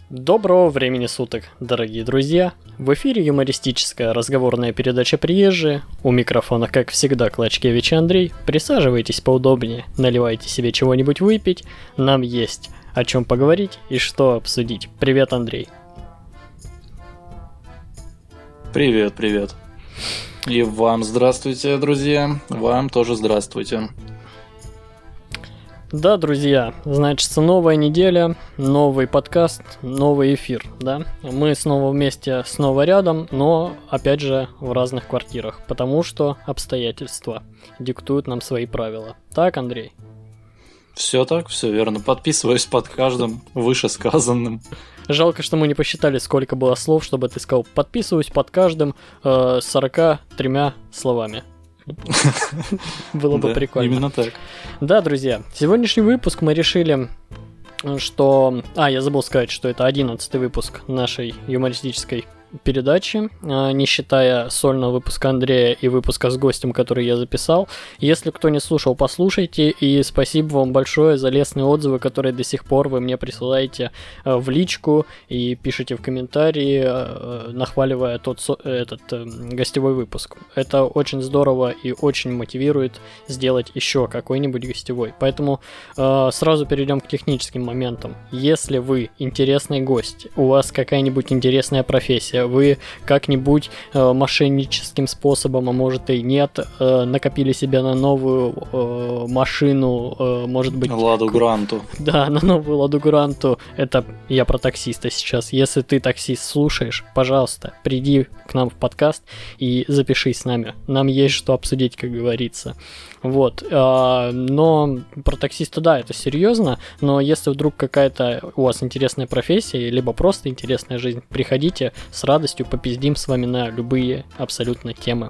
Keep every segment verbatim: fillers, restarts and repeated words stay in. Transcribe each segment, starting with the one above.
Доброго времени суток, дорогие друзья! В эфире юмористическая разговорная передача «Приезжие». У микрофона, как всегда, Клочкевич Андрей. Присаживайтесь поудобнее, наливайте себе чего-нибудь выпить. Нам есть о чем поговорить и что обсудить. Привет, Андрей. Привет, привет. И вам здравствуйте, друзья. Вам тоже здравствуйте. Да, друзья, значит, новая неделя, новый подкаст, новый эфир, да? Мы снова вместе, снова рядом, но, опять же, в разных квартирах, потому что обстоятельства диктуют нам свои правила. Так, Андрей? Все так, все верно. Подписываюсь под каждым вышесказанным. Жалко, что мы не посчитали, сколько было слов, чтобы ты сказал «подписываюсь под каждым» э, сорока тремя словами. Было бы да, прикольно. Именно так. Да, друзья, сегодняшний выпуск мы решили, что... А, я забыл сказать, что это одиннадцатый выпуск нашей юмористической передачи, не считая сольного выпуска Андрея и выпуска с гостем, который я записал. Если кто не слушал, послушайте, и спасибо вам большое за лестные отзывы, которые до сих пор вы мне присылаете в личку и пишите в комментарии, нахваливая тот этот гостевой выпуск. Это очень здорово и очень мотивирует сделать еще какой-нибудь гостевой. Поэтому сразу перейдем к техническим моментам. Если вы интересный гость, у вас какая-нибудь интересная профессия, вы как-нибудь э, мошенническим способом, а может и нет, э, накопили себе на новую э, машину, э, может быть... Ладу Гранту. Да, на новую Ладу Гранту. Это я про таксиста сейчас. Если ты таксист слушаешь, пожалуйста, приди к нам в подкаст и запишись с нами. Нам есть что обсудить, как говорится. Вот. Э, но про таксиста, да, это серьезно, но если вдруг какая-то у вас интересная профессия, либо просто интересная жизнь, приходите с радостью попиздим с вами на любые абсолютно темы.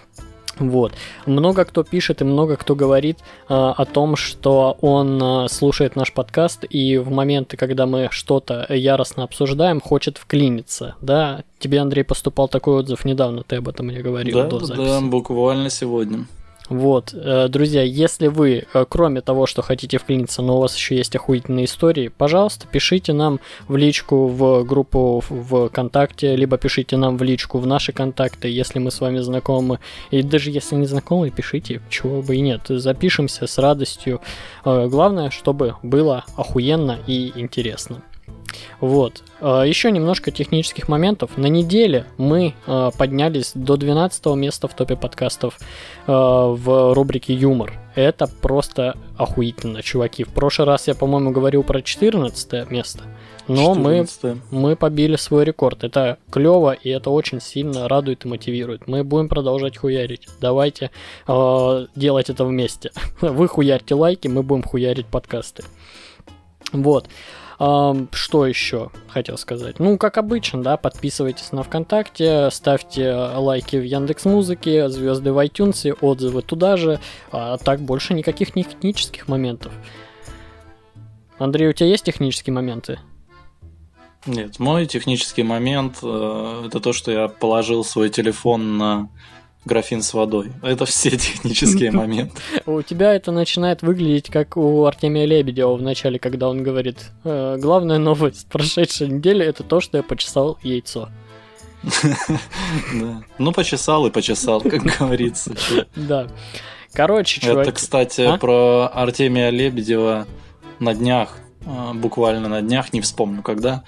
Вот. Много кто пишет и много кто говорит э, о том, что он э, слушает наш подкаст и в моменты, когда мы что-то яростно обсуждаем, хочет вклиниться. Да, тебе, Андрей, поступал такой отзыв недавно, ты об этом мне говорил да, до записи. Да, буквально сегодня. Вот, друзья, если вы, кроме того, что хотите вклиниться, но у вас еще есть охуительные истории, пожалуйста, пишите нам в личку в группу в ВКонтакте, либо пишите нам в личку в наши контакты, если мы с вами знакомы. И даже если не знакомы, пишите, чего бы и нет. Запишемся с радостью. Главное, чтобы было охуенно и интересно. Вот. Еще немножко технических моментов. На неделе мы поднялись до двенадцатого места в топе подкастов в рубрике «Юмор». Это просто охуительно, чуваки. В прошлый раз я, по-моему, говорил про четырнадцатое место, но мы, мы побили свой рекорд. Это клево, и это очень сильно радует и мотивирует. Мы будем продолжать хуярить. Давайте э, делать это вместе. Вы хуярьте лайки, мы будем хуярить подкасты. Вот. Um, что еще хотел сказать? Ну, как обычно, да, подписывайтесь на ВКонтакте, ставьте лайки в Яндекс.Музыке, звезды в iTunes, отзывы туда же, а так больше никаких технических моментов. Андрей, у тебя есть технические моменты? Нет, мой технический момент э, это то, что я положил свой телефон на графин с водой. Это все технические моменты. У тебя это начинает выглядеть как у Артемия Лебедева в начале, когда он говорит: главная новость прошедшей недели — это то, что я почесал яйцо. Ну, почесал и почесал, как говорится. Да. Короче, чувак. Это, кстати, про Артемия Лебедева на днях, буквально на днях, не вспомню когда,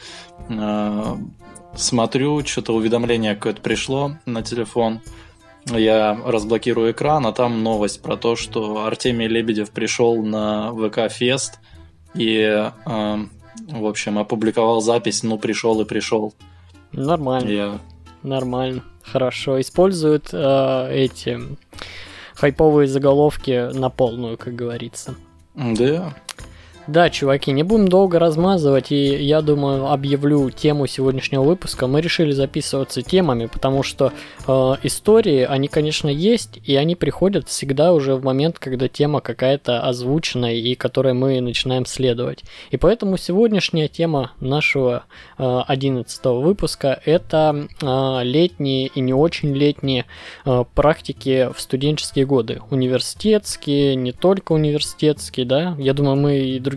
смотрю, что-то уведомление какое-то пришло на телефон. Я разблокирую экран, а там новость про то, что Артемий Лебедев пришел на ВК-фест и, э, в общем, опубликовал запись «Ну, пришел и пришел». Нормально. Я... Нормально. Хорошо. Используют э, эти хайповые заголовки на полную, как говорится. Да. Да, чуваки, не будем долго размазывать, и я думаю, объявлю тему сегодняшнего выпуска. Мы решили записываться темами, потому что э, истории, они, конечно, есть, и они приходят всегда уже в момент, когда тема какая-то озвученная, и которой мы начинаем следовать. И поэтому сегодняшняя тема нашего э, одиннадцатого выпуска – это э, летние и не очень летние э, практики в студенческие годы. Университетские, не только университетские, да. Я думаю, мы и другие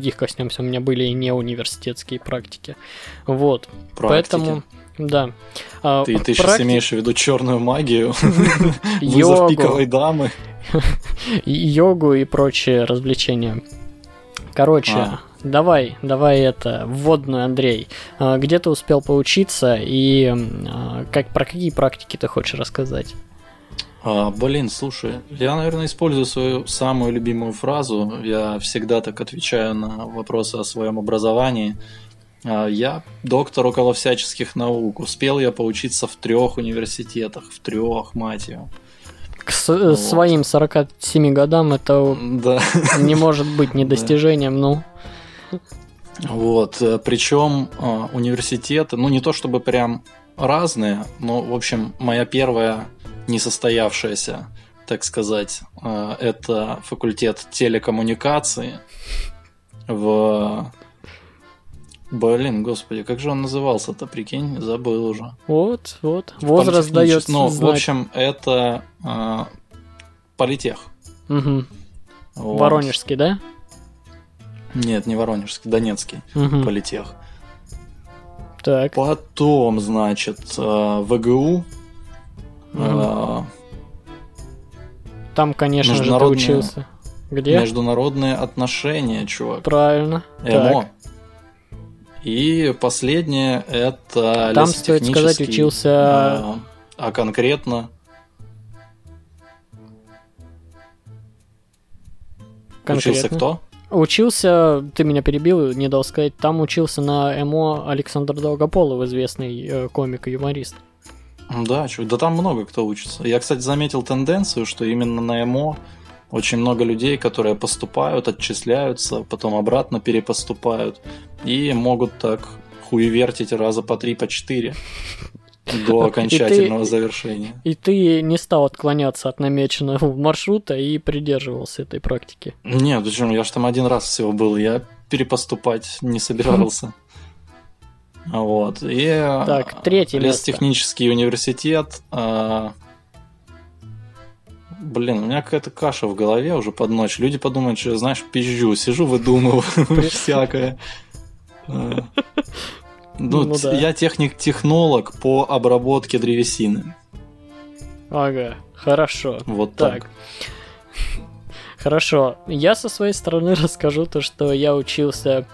других коснемся. У меня были и не университетские практики. Вот. Практики. Поэтому, да. А, Ты, ты практи... сейчас имеешь в виду черную магию? Вызов пиковой дамы? Йогу и прочие развлечения. Короче, а. давай, давай это, вводную, Андрей. Где ты успел поучиться и как, про какие практики ты хочешь рассказать? А, блин, слушай, я, наверное, использую свою самую любимую фразу. Я всегда так отвечаю на вопросы о своем образовании. А, я доктор около всяческих наук. Успел я поучиться в трех университетах, в трех, мать ее. К с- вот. своим сорока семи годам это да. не может быть недостижением, ну. Вот, причем университеты, ну не то чтобы прям разные, но, в общем, моя первая несостоявшаяся, так сказать, это факультет телекоммуникации в... Блин, господи, как же он назывался-то, прикинь, забыл уже. Вот, вот, возраст дает Ну, знать. в общем, это э, политех. Угу. Вот. Воронежский, да? Нет, не Воронежский, Донецкий угу. политех. Так. Потом, значит, э, ВГУ. Угу. Э, Там, конечно же, ты учился. Где? Международные отношения, чувак. Правильно. ЭМО. Так. И последнее это там, стоит сказать, учился... А, а конкретно... конкретно? Учился кто? Учился, ты меня перебил, не дал сказать, там учился на ЭМО Александр Долгополов, известный э, комик и юморист. Да, чувак, да там много кто учится. Я, кстати, заметил тенденцию, что именно на ЭМО очень много людей, которые поступают, отчисляются, потом обратно перепоступают и могут так хуевертить раза по три, по четыре до окончательного и ты, завершения. И ты не стал отклоняться от намеченного маршрута и придерживался этой практики? Нет, почему? Я ж там один раз всего был, я перепоступать не собирался. Вот. И так, третье место. Лестехнический университет... Блин, у меня какая-то каша в голове уже под ночь. Люди подумают, что я, знаешь, пизжу, сижу, выдумываю всякое. Ну, я техник-технолог по обработке древесины. Ага, хорошо. Вот так. Хорошо. Я со своей стороны расскажу то, что я учился...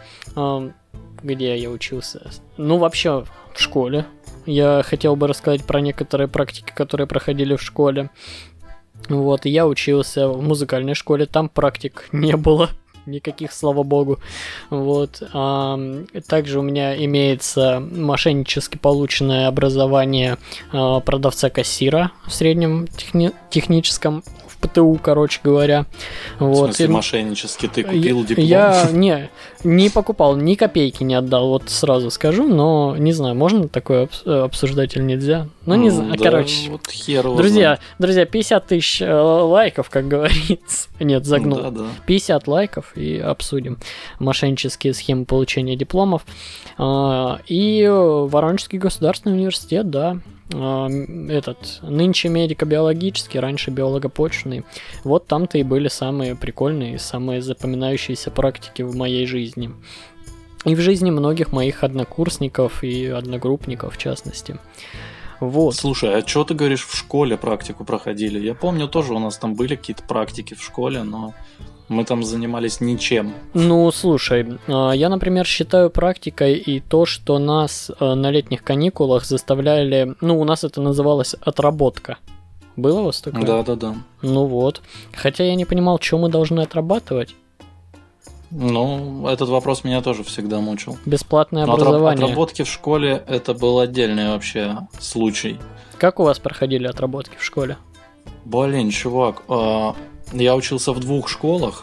Где я учился? Ну, вообще, в школе. Я хотел бы рассказать про некоторые практики, которые проходили в школе. Вот, и я учился в музыкальной школе, там практик не было никаких, слава богу. Вот. А, также у меня имеется мошеннически полученное образование а, продавца-кассира в среднем техни- техническом в ПТУ, короче говоря. Вот. В смысле, и... мошеннически ты купил диплом? Я не, не покупал, ни копейки не отдал, вот сразу скажу, но не знаю, можно такое обсуждать или нельзя. Ну, не знаю, да, короче. Вот хер его друзья, знает. друзья, пятьдесят тысяч лайков, как говорится. Нет, загнул. Да, да. пятьдесят лайков и обсудим мошеннические схемы получения дипломов. И Воронежский государственный университет, да. Этот, нынче медико-биологический, раньше биолого-почвенный. Вот там-то и были самые прикольные, самые запоминающиеся практики в моей жизни. И в жизни многих моих однокурсников и одногруппников, в частности. Вот. Слушай, а что ты говоришь, в школе практику проходили? Я помню, тоже у нас там были какие-то практики в школе, но мы там занимались ничем. Ну, слушай, я, например, считаю практикой и то, что нас на летних каникулах заставляли... Ну, у нас это называлось отработка. Было у вас такое? Да-да-да. Ну вот. Хотя я не понимал, что мы должны отрабатывать. Ну, этот вопрос меня тоже всегда мучил. Бесплатное Но образование. Отработки в школе это был отдельный вообще случай. Как у вас проходили отработки в школе? Блин, чувак, я учился в двух школах.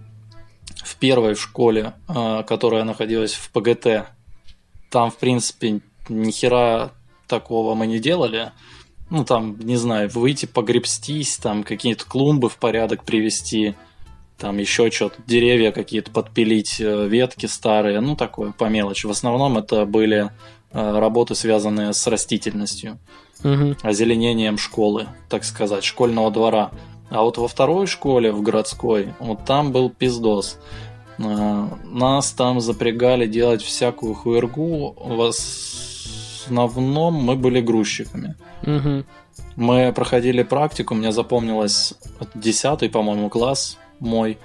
В первой в школе, которая находилась в ПГТ, там, в принципе, ни хера такого мы не делали. Ну, там, не знаю, выйти погребстись, там какие-то клумбы в порядок привести, там еще что-то, деревья какие-то подпилить, ветки старые, ну, такое по мелочи. В основном это были работы, связанные с растительностью, угу. озеленением школы, так сказать, школьного двора. А вот во второй школе, в городской, вот там был пиздос. Нас там запрягали делать всякую хуйргу. В основном мы были грузчиками. Угу. Мы проходили практику, мне запомнилось десятый, по-моему, класс мой.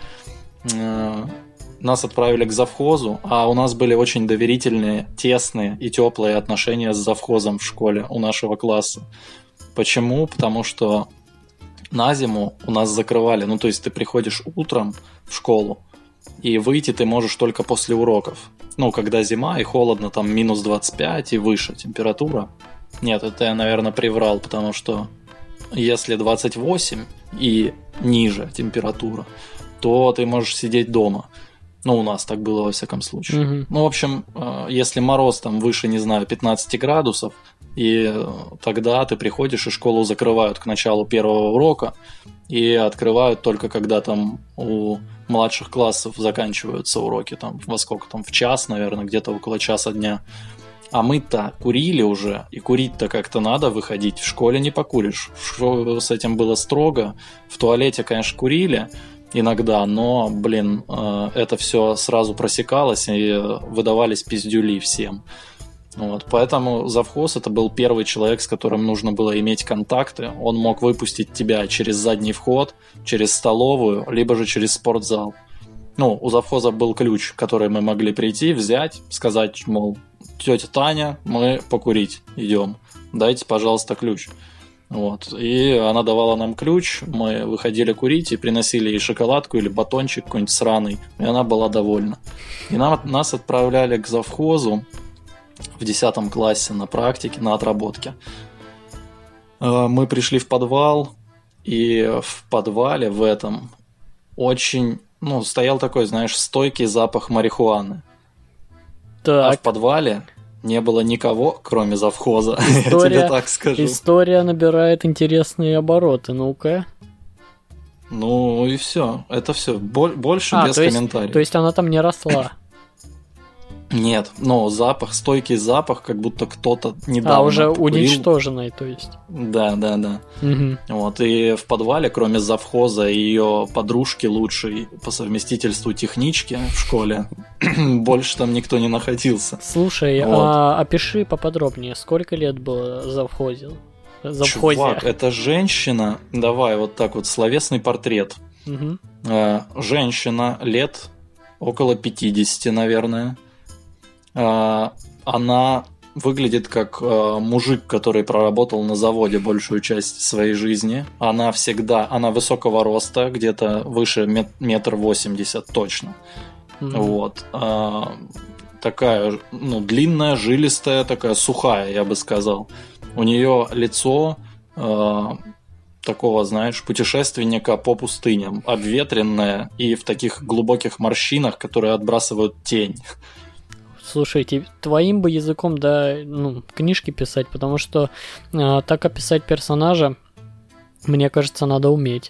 Нас отправили к завхозу, а у нас были очень доверительные, тесные и теплые отношения с завхозом в школе у нашего класса. Почему? Потому что на зиму у нас закрывали, ну то есть ты приходишь утром в школу, и выйти ты можешь только после уроков. Ну, когда зима и холодно, там минус двадцать пять и выше температура. Нет, это я, наверное, приврал, потому что если двадцать восемь и ниже температура, то ты можешь сидеть дома. Ну, у нас так было во всяком случае. Угу. Ну, в общем, если мороз там выше, не знаю, пятнадцать градусов, и тогда ты приходишь, и школу закрывают к началу первого урока, и открывают только когда там у младших классов заканчиваются уроки, там во сколько там, в час, наверное, где-то около часа дня. А мы-то курили уже, и курить-то как-то надо выходить, в школе не покуришь. С этим было строго, в туалете, конечно, курили иногда, но, блин, это все сразу просекалось, и выдавались пиздюли всем. Вот, поэтому завхоз это был первый человек, с которым нужно было иметь контакты. Он мог выпустить тебя через задний вход, через столовую, либо же через спортзал. Ну, у завхоза был ключ, который мы могли прийти, взять, сказать, мол, тетя Таня, мы покурить идем, дайте, пожалуйста, ключ. Вот. И она давала нам ключ, мы выходили курить и приносили ей шоколадку или батончик какой-нибудь сраный, и она была довольна. И нам, нас отправляли к завхозу в десятом классе на практике, на отработке. Мы пришли в подвал, и в подвале в этом очень, ну, стоял такой, знаешь, стойкий запах марихуаны. Так. А в подвале не было никого, кроме завхоза. История, я тебе так скажу. История набирает интересные обороты, ну-ка. Ну и все, это все, больше а, без то есть, комментариев. То есть она там не росла? Нет, но запах, стойкий запах, как будто кто-то недавно А, уже покурил. уничтоженной, то есть. Да, да, да. Угу. Вот, и в подвале, кроме завхоза и ее подружки лучшей по совместительству технички в школе, больше там никто не находился. Слушай, вот. а, опиши поподробнее, сколько лет было завхозе? Завхозе. Чувак, это женщина, давай вот так вот, словесный портрет. Угу. А, женщина лет около пятидесяти, наверное. А, она выглядит как а, мужик, который проработал на заводе большую часть своей жизни. Она всегда, она высокого роста, где-то выше метр восемьдесят точно. Mm-hmm. Вот. А, такая, ну, длинная, жилистая, такая сухая, я бы сказал. У нее лицо а, такого, знаешь, путешественника по пустыням, обветренное и в таких глубоких морщинах, которые отбрасывают тень. Слушайте, твоим бы языком, да, ну, книжки писать, потому что э, так описать персонажа, мне кажется, надо уметь.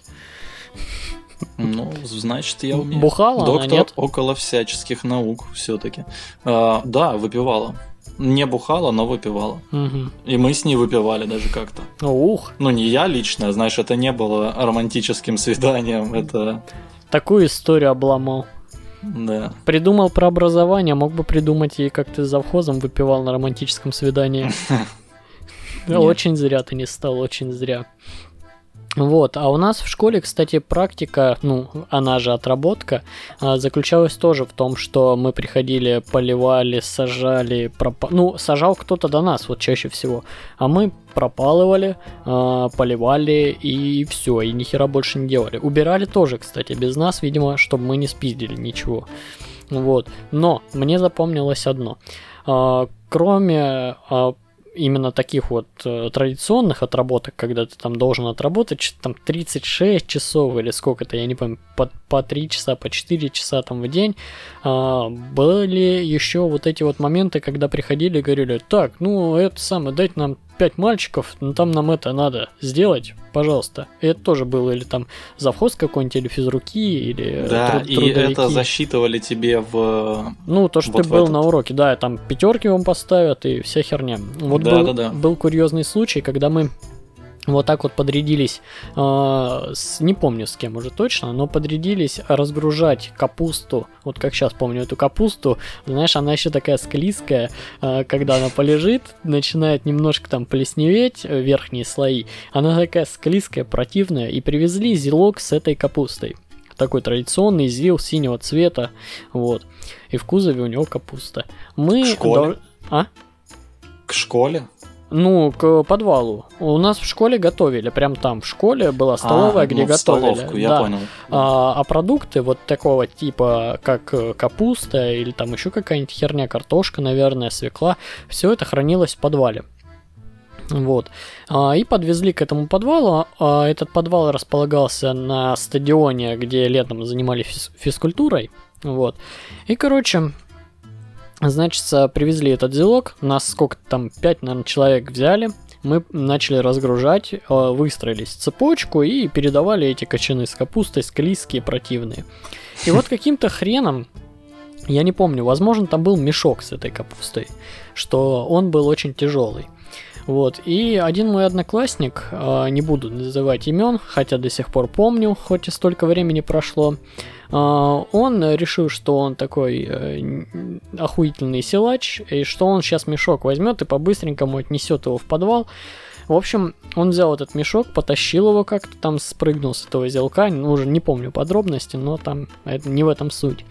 Ну, значит, я умею. Бухала Доктор она, нет? около всяческих наук все-таки. А, да, выпивала. Не бухала, но выпивала. Угу. И мы с ней выпивали даже как-то. Ух! Ну, не я лично, знаешь, это не было романтическим свиданием, это... Такую историю обломал. Да. Придумал про образование, мог бы придумать ей, как ты с завхозом выпивал на романтическом свидании. Очень зря ты не стал, очень зря. Вот, а у нас в школе, кстати, практика, ну, она же отработка, заключалась тоже в том, что мы приходили, поливали, сажали, пропа... ну, сажал кто-то до нас, вот чаще всего, а мы пропалывали, поливали и все, и ни хера больше не делали. Убирали тоже, кстати, без нас, видимо, чтобы мы не спиздили ничего. Вот, но мне запомнилось одно. Кроме именно таких вот э, традиционных отработок, когда ты там должен отработать там тридцать шесть часов или сколько-то, я не помню, по, по три часа, по четыре часа там в день, э, были еще вот эти вот моменты, когда приходили и говорили, так, ну это самое, дайте нам пять мальчиков, ну там нам это надо сделать, пожалуйста. И это тоже было или там завхоз какой-нибудь, или физруки, или да, труд- и трудовики. это засчитывали тебе в... Ну, то, что вот ты был этот... на уроке, да, там пятерки вам поставят и вся херня. Вот да, был, да, да. был курьезный случай, когда мы Вот так вот подрядились, э, с, не помню с кем уже точно, но подрядились разгружать капусту. Вот как сейчас помню эту капусту, знаешь, она еще такая склизкая, э, когда она полежит, начинает немножко там плесневеть, э, верхние слои. Она такая склизкая, противная, и привезли зилок с этой капустой. Такой традиционный зил синего цвета, вот. И в кузове у него капуста. Мы... К школе? А? К школе? Ну, к подвалу. У нас в школе готовили, прям там в школе была столовая, а, где ну, готовили. Столовку, я да. понял. А, а продукты вот такого типа, как капуста или там еще какая-нибудь херня, картошка, наверное, свекла, все это хранилось в подвале. Вот. А, и подвезли к этому подвалу. А, этот подвал располагался на стадионе, где летом занимались физ- физкультурой. Вот. И, короче... Значит, привезли этот зилок, нас сколько там, пять, наверное, человек взяли, мы начали разгружать, выстроились в цепочку и передавали эти кочаны с капустой, склизкие, противные. И вот каким-то хреном, я не помню, возможно, там был мешок с этой капустой, что он был очень тяжелый. Вот, и один мой одноклассник, не буду называть имен, хотя до сих пор помню, хоть и столько времени прошло, он решил, что он такой охуительный силач, и что он сейчас мешок возьмет и по-быстренькому отнесет его в подвал. В общем, он взял этот мешок, потащил его как-то там, спрыгнул с этого зелка, ну, уже не помню подробности, но там это не в этом суть.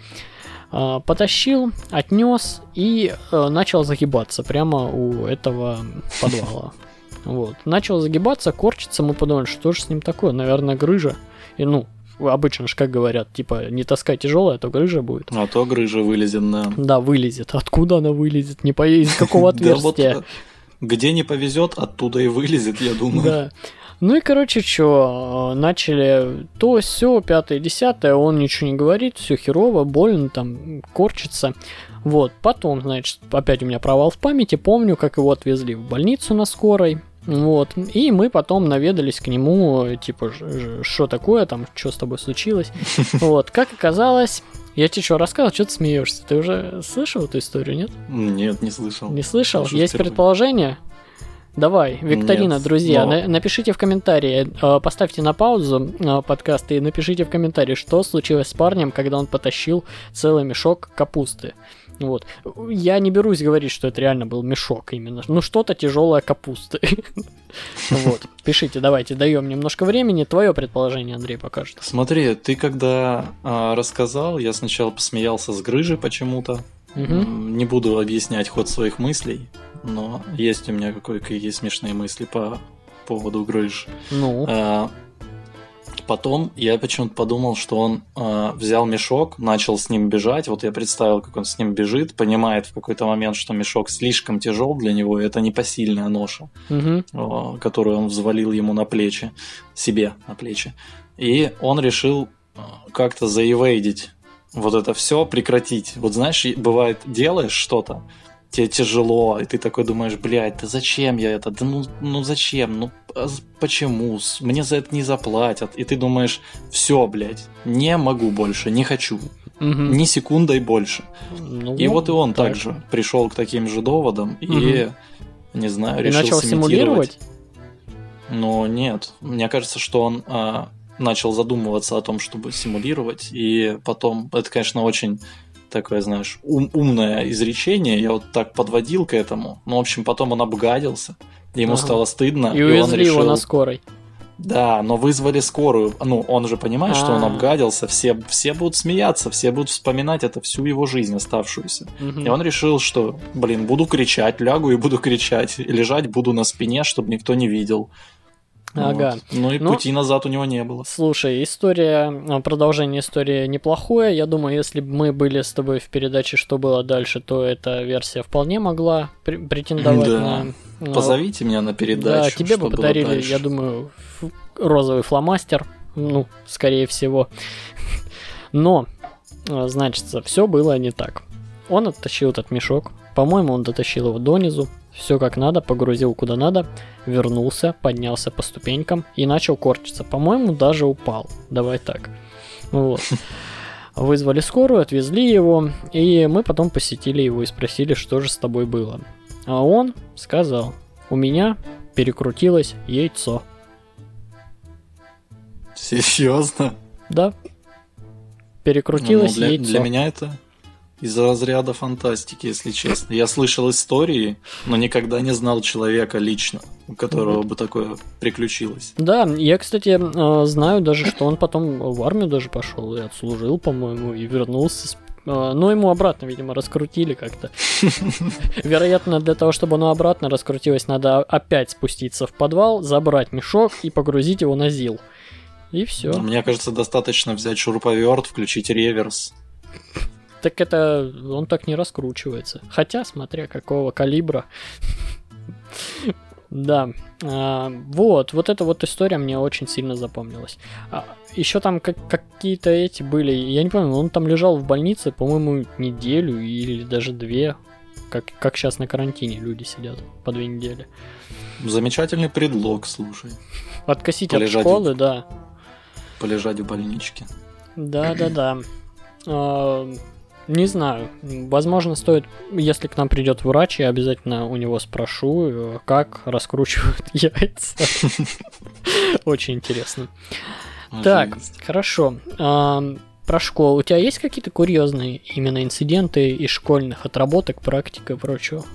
Потащил, отнес и начал загибаться прямо у этого подвала. Вот. Начал загибаться, корчиться, мы подумали, что же с ним такое, наверное, грыжа. И ну, обычно же как говорят, типа, не таскай тяжелое, а то грыжа будет. А то грыжа вылезет, да. Да, вылезет. Откуда она вылезет? Не по... Из какого отверстия? Где не повезет, оттуда и вылезет, я думаю. Да. Ну и, короче, что, начали то, сё, пятое, десятое, он ничего не говорит, все херово, больно, там, корчится. Вот, потом, значит, опять у меня провал в памяти, помню, как его отвезли в больницу на скорой. Вот, и мы потом наведались к нему, типа, что такое там, что с тобой случилось. Вот, как оказалось, я тебе что, рассказывал, что ты смеешься? Ты уже слышал эту историю, нет? Нет, не слышал. Не слышал? Слушай, Есть впервые. Предположение? Давай, викторина, Нет, друзья, но... на- напишите в комментарии, э, поставьте на паузу э, подкаст и напишите в комментарии, что случилось с парнем, когда он потащил целый мешок капусты. Вот. Я не берусь говорить, что это реально был мешок именно. Ну, что-то тяжелое капусты. Вот. Пишите, давайте, даем немножко времени. Твое предположение, Андрей, покажет. Смотри, ты когда а, рассказал, я сначала посмеялся с грыжи почему-то. М, Не буду объяснять ход своих мыслей, но есть у меня кое-какие смешные мысли по поводу грыж. Ну, А, Потом я почему-то подумал, что он а, взял мешок, начал с ним бежать. Вот я представил, как он с ним бежит, понимает в какой-то момент, что мешок слишком тяжел для него, и это непосильная ноша, мгм. а, которую он взвалил ему на плечи, себе на плечи. И он решил а, как-то заевейдить вот это все, прекратить. Вот знаешь, и бывает, делаешь что-то, тебе тяжело, и ты такой думаешь, блядь, да зачем я это? Да ну, ну зачем? Ну а з- почему? С- Мне за это не заплатят. И ты думаешь, все, блядь, не могу больше, не хочу. Мгм. Ни секундой больше. Ну, И вот и он так. также пришел к таким же доводам и, Мгм. не знаю, И решил начал сымитировать. симулировать? Но нет, мне кажется, что он а, начал задумываться о том, чтобы симулировать, и потом, это, конечно, очень такое, знаешь, ум- умное изречение, я вот так подводил к этому, но, в общем, потом он обгадился, ему Ага. стало стыдно, И и, он увезли решил... его на скорой. Да, но вызвали скорую, ну, он же понимает, что он А. обгадился, все, все будут смеяться, все будут вспоминать это всю его жизнь оставшуюся. Мгм. И он решил, что, блин, буду кричать, лягу и буду кричать, и лежать буду на спине, чтобы никто не видел. Ага. Вот. Ну и Ну, пути назад у него не было. Слушай, история, а, продолжение истории неплохое. Я думаю, если бы мы были с тобой в передаче «Что было дальше», то эта версия вполне могла пр- претендовать Да. на... на- Позовите меня на Да, передачу. тебе бы что было подарили, дальше. я думаю, ф- розовый фломастер. Ну, скорее всего. Но, а, значит, все было не так. Он оттащил этот мешок. По-моему, он дотащил его донизу. Все как надо, погрузил куда надо, вернулся, поднялся по ступенькам и начал корчиться. По-моему, даже упал. Давай так. Вот. Вызвали скорую, отвезли его, и мы потом посетили его и спросили, что же с тобой было. А он сказал, у меня перекрутилось яйцо. Серьезно? Да. Перекрутилось Ну, для, яйцо. для меня это из разряда фантастики, если честно. Я слышал истории, но никогда не знал человека лично, у которого Вот. бы такое приключилось. Да, я, кстати, э, знаю даже, что он потом в армию даже пошел и отслужил, по-моему, и вернулся. с- э, Но ему обратно, видимо, раскрутили как-то. Вероятно, для того, чтобы оно обратно раскрутилось, надо опять спуститься в подвал, забрать мешок и погрузить его на ЗИЛ. И все. Мне кажется, достаточно взять шуруповерт, включить реверс. Так это он так не раскручивается. Хотя, смотря какого калибра. Да. А, вот, вот эта вот история мне очень сильно запомнилась. А, еще там как, какие-то эти были, я не помню, он там лежал в больнице, по-моему, неделю или даже две. Как, как сейчас на карантине люди сидят по две недели. Замечательный предлог, слушай. Откосить Полежать от школы, в- да. Полежать в больничке. Да-да-да. А, Не знаю. Возможно, стоит, если к нам придет врач, я обязательно у него спрошу, э, как раскручивают яйца. Очень интересно. Так, Жесть. хорошо. А, Про школу. У тебя есть какие-то курьезные именно инциденты из школьных отработок, практика и прочего?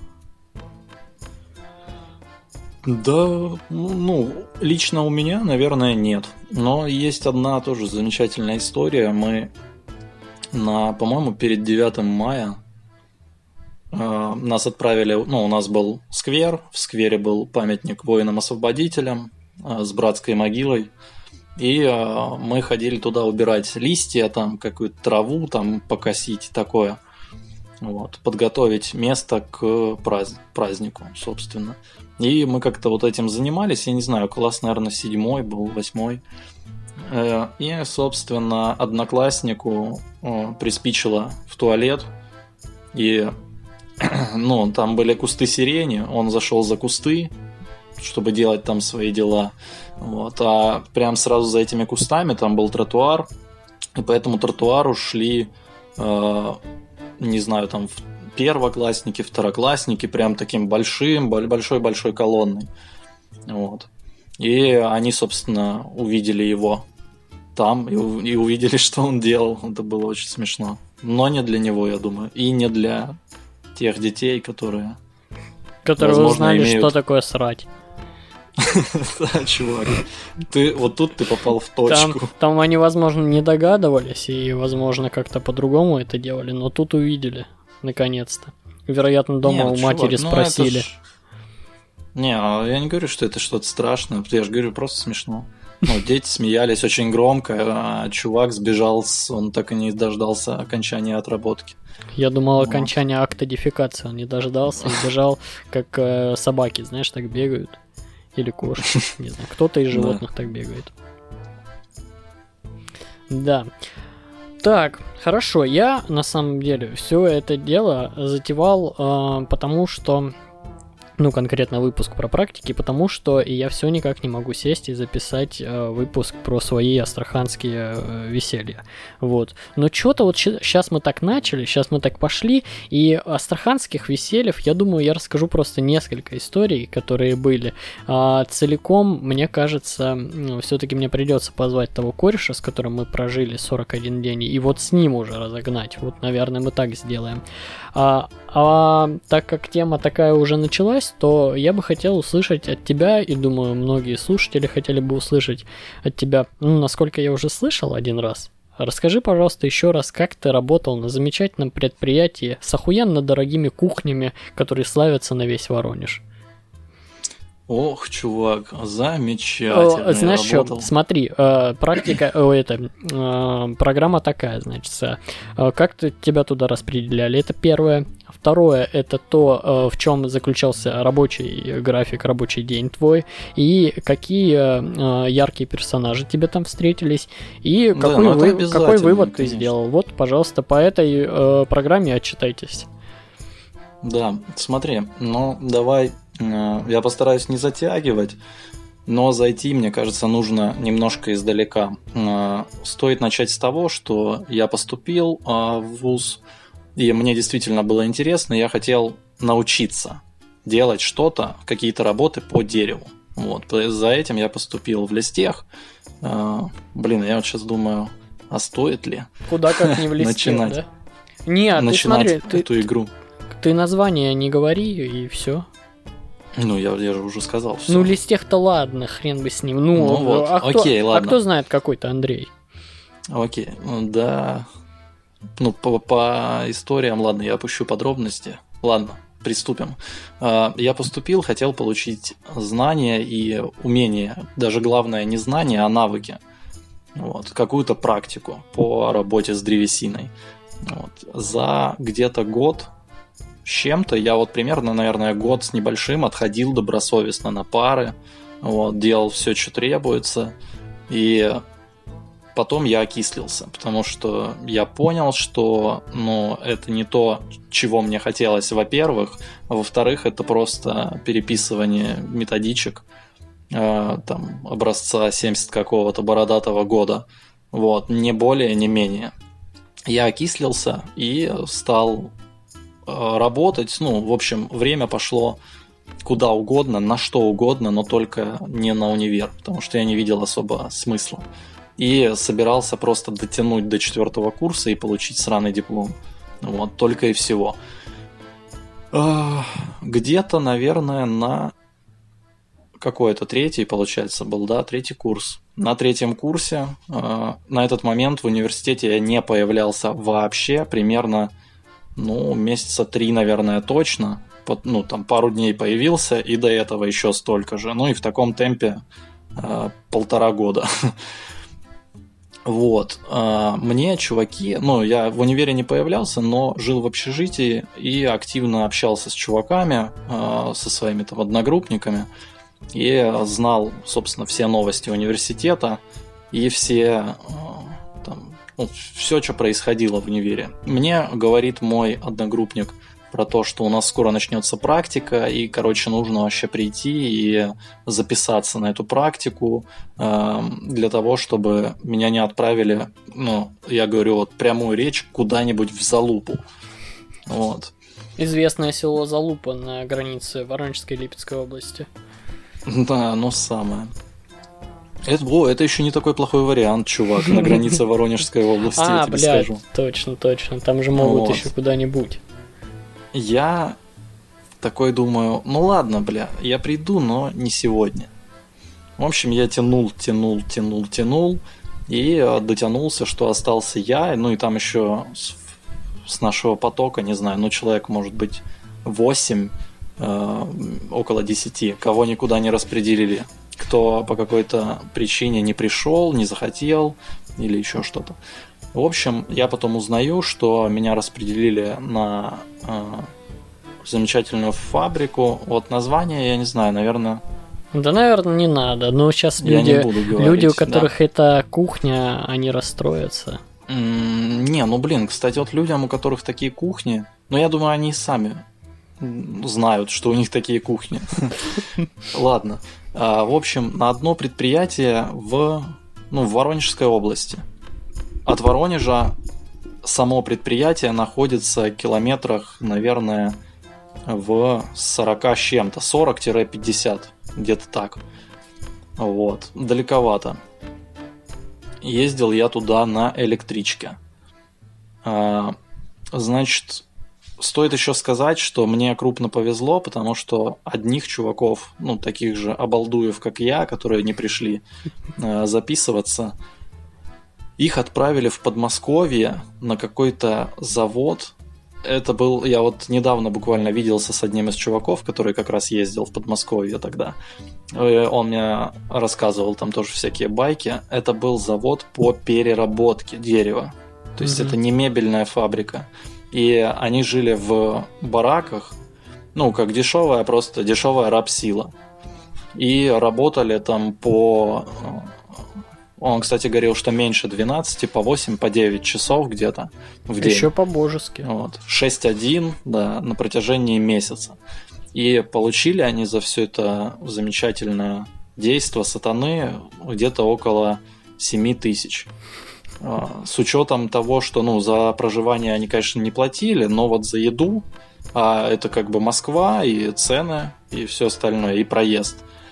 Да, ну, ну, лично у меня, наверное, нет. Но есть одна тоже замечательная история. Мы на, по-моему, перед девятым мая э, нас отправили, ну, у нас был сквер, в сквере был памятник воинам-освободителям э, с братской могилой. И э, мы ходили туда убирать листья, там какую-то траву там покосить, такое. Вот, подготовить место к празд- празднику, собственно. И мы как-то вот этим занимались, я не знаю, класс, наверное, седьмой был, восьмой. Э, И, собственно, однокласснику э, приспичило в туалет. И, ну, там были кусты сирени, он зашел за кусты, чтобы делать там свои дела. Вот. А прям сразу за этими кустами там был тротуар, и по этому тротуару шли, э, не знаю, там в- первоклассники, второклассники, прям таким большим, боль- большой-большой колонной. Вот. И они, собственно, увидели его там и, у- и увидели, что он делал. Это было очень смешно. Но не для него, я думаю. И не для тех детей, которые... Которые Возможно, узнали, имеют- что такое срать. Да, чувак. Ты, вот тут ты попал в Там, точку. там они, возможно, не догадывались и, возможно, как-то по-другому это делали, но тут увидели, наконец-то. Вероятно, дома Нет, у матери чувак, ну это спросили. ж- Не, а я не говорю, что это что-то страшное. Я же говорю, просто смешно. Ну, дети смеялись очень громко, а чувак сбежал, с- он так и не дождался окончания отработки. Я думал, Вот. окончание акта дефекации. Он не дождался и бежал, как э, собаки, знаешь, так бегают. Или кошки, не знаю. Кто-то из Да. животных так бегает. Да. Так, хорошо. Я на самом деле все это дело затевал, э, потому что, ну, конкретно выпуск про практики, потому что я все никак не могу сесть и записать э, выпуск про свои астраханские э, веселья. Вот. Но что-то вот сейчас мы так начали, сейчас мы так пошли, и астраханских весельев, я думаю, я расскажу просто несколько историй, которые были. А, целиком, мне кажется, все-таки мне придется позвать того кореша, с которым мы прожили сорок один день, и вот с ним уже разогнать. Вот, наверное, мы так сделаем. А, а так как тема такая уже началась, то я бы хотел услышать от тебя, и думаю, многие слушатели хотели бы услышать от тебя, ну, насколько я уже слышал один раз. Расскажи, пожалуйста, еще раз, как ты работал на замечательном предприятии с охуенно дорогими кухнями, которые славятся на весь Воронеж. Ох, чувак, замечательно. О, знаешь я что, работал. смотри, э, практика, о, это, э, программа такая, значит, э, как ты, тебя туда распределяли, это первое. Второе, это то, э, в чем заключался рабочий график, рабочий день твой, и какие э, яркие персонажи тебе там встретились, и Да, какой, ну это вы- обязательно, какой вывод ты конечно. сделал. Вот, пожалуйста, по этой э, программе отчитайтесь. Да, смотри, ну давай, э, я постараюсь не затягивать, но зайти, мне кажется, нужно немножко издалека. Э, Стоит начать с того, что я поступил э, в вуз, и мне действительно было интересно, я хотел научиться делать что-то, какие-то работы по дереву. Вот, за этим я поступил в Листех. А, блин, я вот сейчас думаю, а стоит ли Куда как не в Листех, начинать, да? Нет, начинать ты смотри, эту ты, игру? Ты название не говори, и все. Ну, я, я же уже сказал все. Ну, Листех-то ладно, хрен бы с ним. Ну, Ну вот, а кто, окей, ладно. А кто знает какой-то Андрей? Окей, ну да. Ну, по, по историям, ладно, я опущу подробности. Ладно, приступим. Я поступил, хотел получить знания и умения. Даже главное не знания, а навыки. Вот, какую-то практику по работе с древесиной. Вот. За где-то год с чем-то я вот примерно, наверное, год с небольшим отходил добросовестно на пары, вот, делал все, что требуется, и потом я окислился, потому что я понял, что, ну, это не то, чего мне хотелось, во-первых, а во-вторых, это просто переписывание методичек, э, там, образца семьдесят какого-то бородатого года, вот, не более, не менее. Я окислился и стал работать, ну, в общем, время пошло куда угодно, на что угодно, но только не на универ, потому что я не видел особо смысла. И собирался просто дотянуть до четвертого курса и получить сраный диплом. Вот, только и всего. Где-то, наверное, на какой-то третий, получается, был, да, третий курс. На третьем курсе, на этот момент в университете я не появлялся вообще, примерно ну, месяца три, наверное, точно. Ну, там пару дней появился, и до этого еще столько же. Ну, и в таком темпе э, полтора года. Вот. Э, мне чуваки... Ну, я в универе не появлялся, но жил в общежитии и активно общался с чуваками, э, со своими там одногруппниками. И знал, собственно, все новости университета и все... Э, там, ну, все, что происходило в универе. Мне говорит мой одногруппник про то, что у нас скоро начнется практика, и, короче, нужно вообще прийти и записаться на эту практику э, для того, чтобы меня не отправили, ну, я говорю, вот прямую речь, куда-нибудь в Залупу. Вот. Известное село Залупа на границе Воронежской и Липецкой области. Да, оно самое. Это, о, это еще не такой плохой вариант, чувак, на границе Воронежской области, а, я тебе блядь, скажу. точно, точно, там же могут вот. еще куда-нибудь. Я такой думаю, ну ладно, бля, я приду, но не сегодня. В общем, я тянул, тянул, тянул, тянул, и дотянулся, что остался я, ну и там еще с, с нашего потока, не знаю, ну человек может быть восемь, э, около десяти, кого никуда не распределили. Кто по какой-то причине не пришел, не захотел или еще что-то. В общем, я потом узнаю, что меня распределили на э, замечательную фабрику. Вот название, я не знаю, наверное... Да, наверное, не надо. Но сейчас я люди, не буду говорить, люди, у которых да. это кухня, они расстроятся. М-м, не, ну блин, кстати, вот людям, у которых такие кухни, ну я думаю, они сами знают, что у них такие кухни. Ладно. В общем, на одно предприятие в, ну, в Воронежской области. От Воронежа само предприятие находится в километрах, наверное, в сорока с чем-то, сорок-пятьдесят, где-то так. Вот, далековато. Ездил я туда на электричке. Значит, стоит еще сказать, что мне крупно повезло, потому что одних чуваков, ну, таких же обалдуев, как я, которые не пришли э, записываться, их отправили в Подмосковье на какой-то завод. Это был, я вот недавно буквально виделся с одним из чуваков, который как раз ездил в Подмосковье тогда. Он мне рассказывал там тоже всякие байки. Это был завод по переработке дерева. То есть mm-hmm. это не мебельная фабрика. И они жили в бараках, ну, как дешевая, просто дешевая рабсила. И работали там по... Он, кстати, говорил, что меньше двенадцати, по восемь, по девять часов где-то в день. Еще по-божески. Вот. шесть один, да, на протяжении месяца. И получили они за все это замечательное действо сатаны где-то около семь тысяч. С учетом того, что, ну, за проживание они, конечно, не платили, но вот за еду, а это как бы Москва, и цены, и все остальное, и проезд.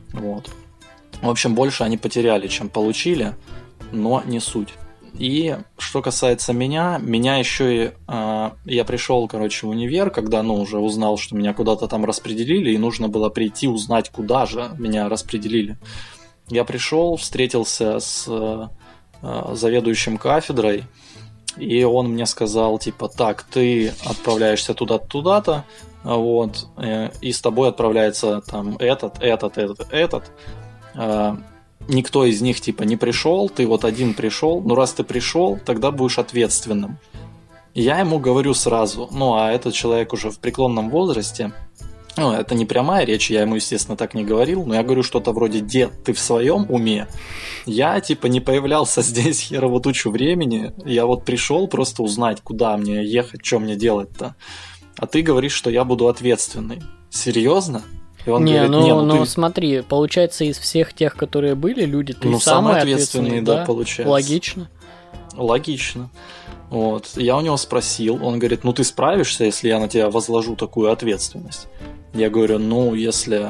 Вот. В общем, больше они потеряли, чем получили, но не суть. И что касается меня, меня еще и... Э, я пришел, короче, в универ, когда, ну, уже узнал, что меня куда-то там распределили, и нужно было прийти узнать, куда же меня распределили. Я пришел, встретился с э, заведующим кафедрой, и он мне сказал, типа, так, ты отправляешься туда-то, туда-то, вот, э, и с тобой отправляется там этот, этот, этот, этот. Э, Никто из них, типа, не пришел, ты вот один пришел, ну раз ты пришел, тогда будешь ответственным. Я ему говорю сразу, ну а этот человек уже в преклонном возрасте, ну это не прямая речь, я ему, естественно, так не говорил, но я говорю что-то вроде: дед, ты в своем уме? Я, типа, не появлялся здесь херово тучу времени, я вот пришел просто узнать, куда мне ехать, что мне делать-то. А ты говоришь, что я буду ответственный. Серьезно? И он не, говорит, ну, не, ну, ну ты... смотри, получается, из всех тех, которые были, люди, ты ну, самый самый ответственный, да, да, получается. Логично. Логично. Вот. Я у него спросил, он говорит, ну ты справишься, если я на тебя возложу такую ответственность? Я говорю, ну, если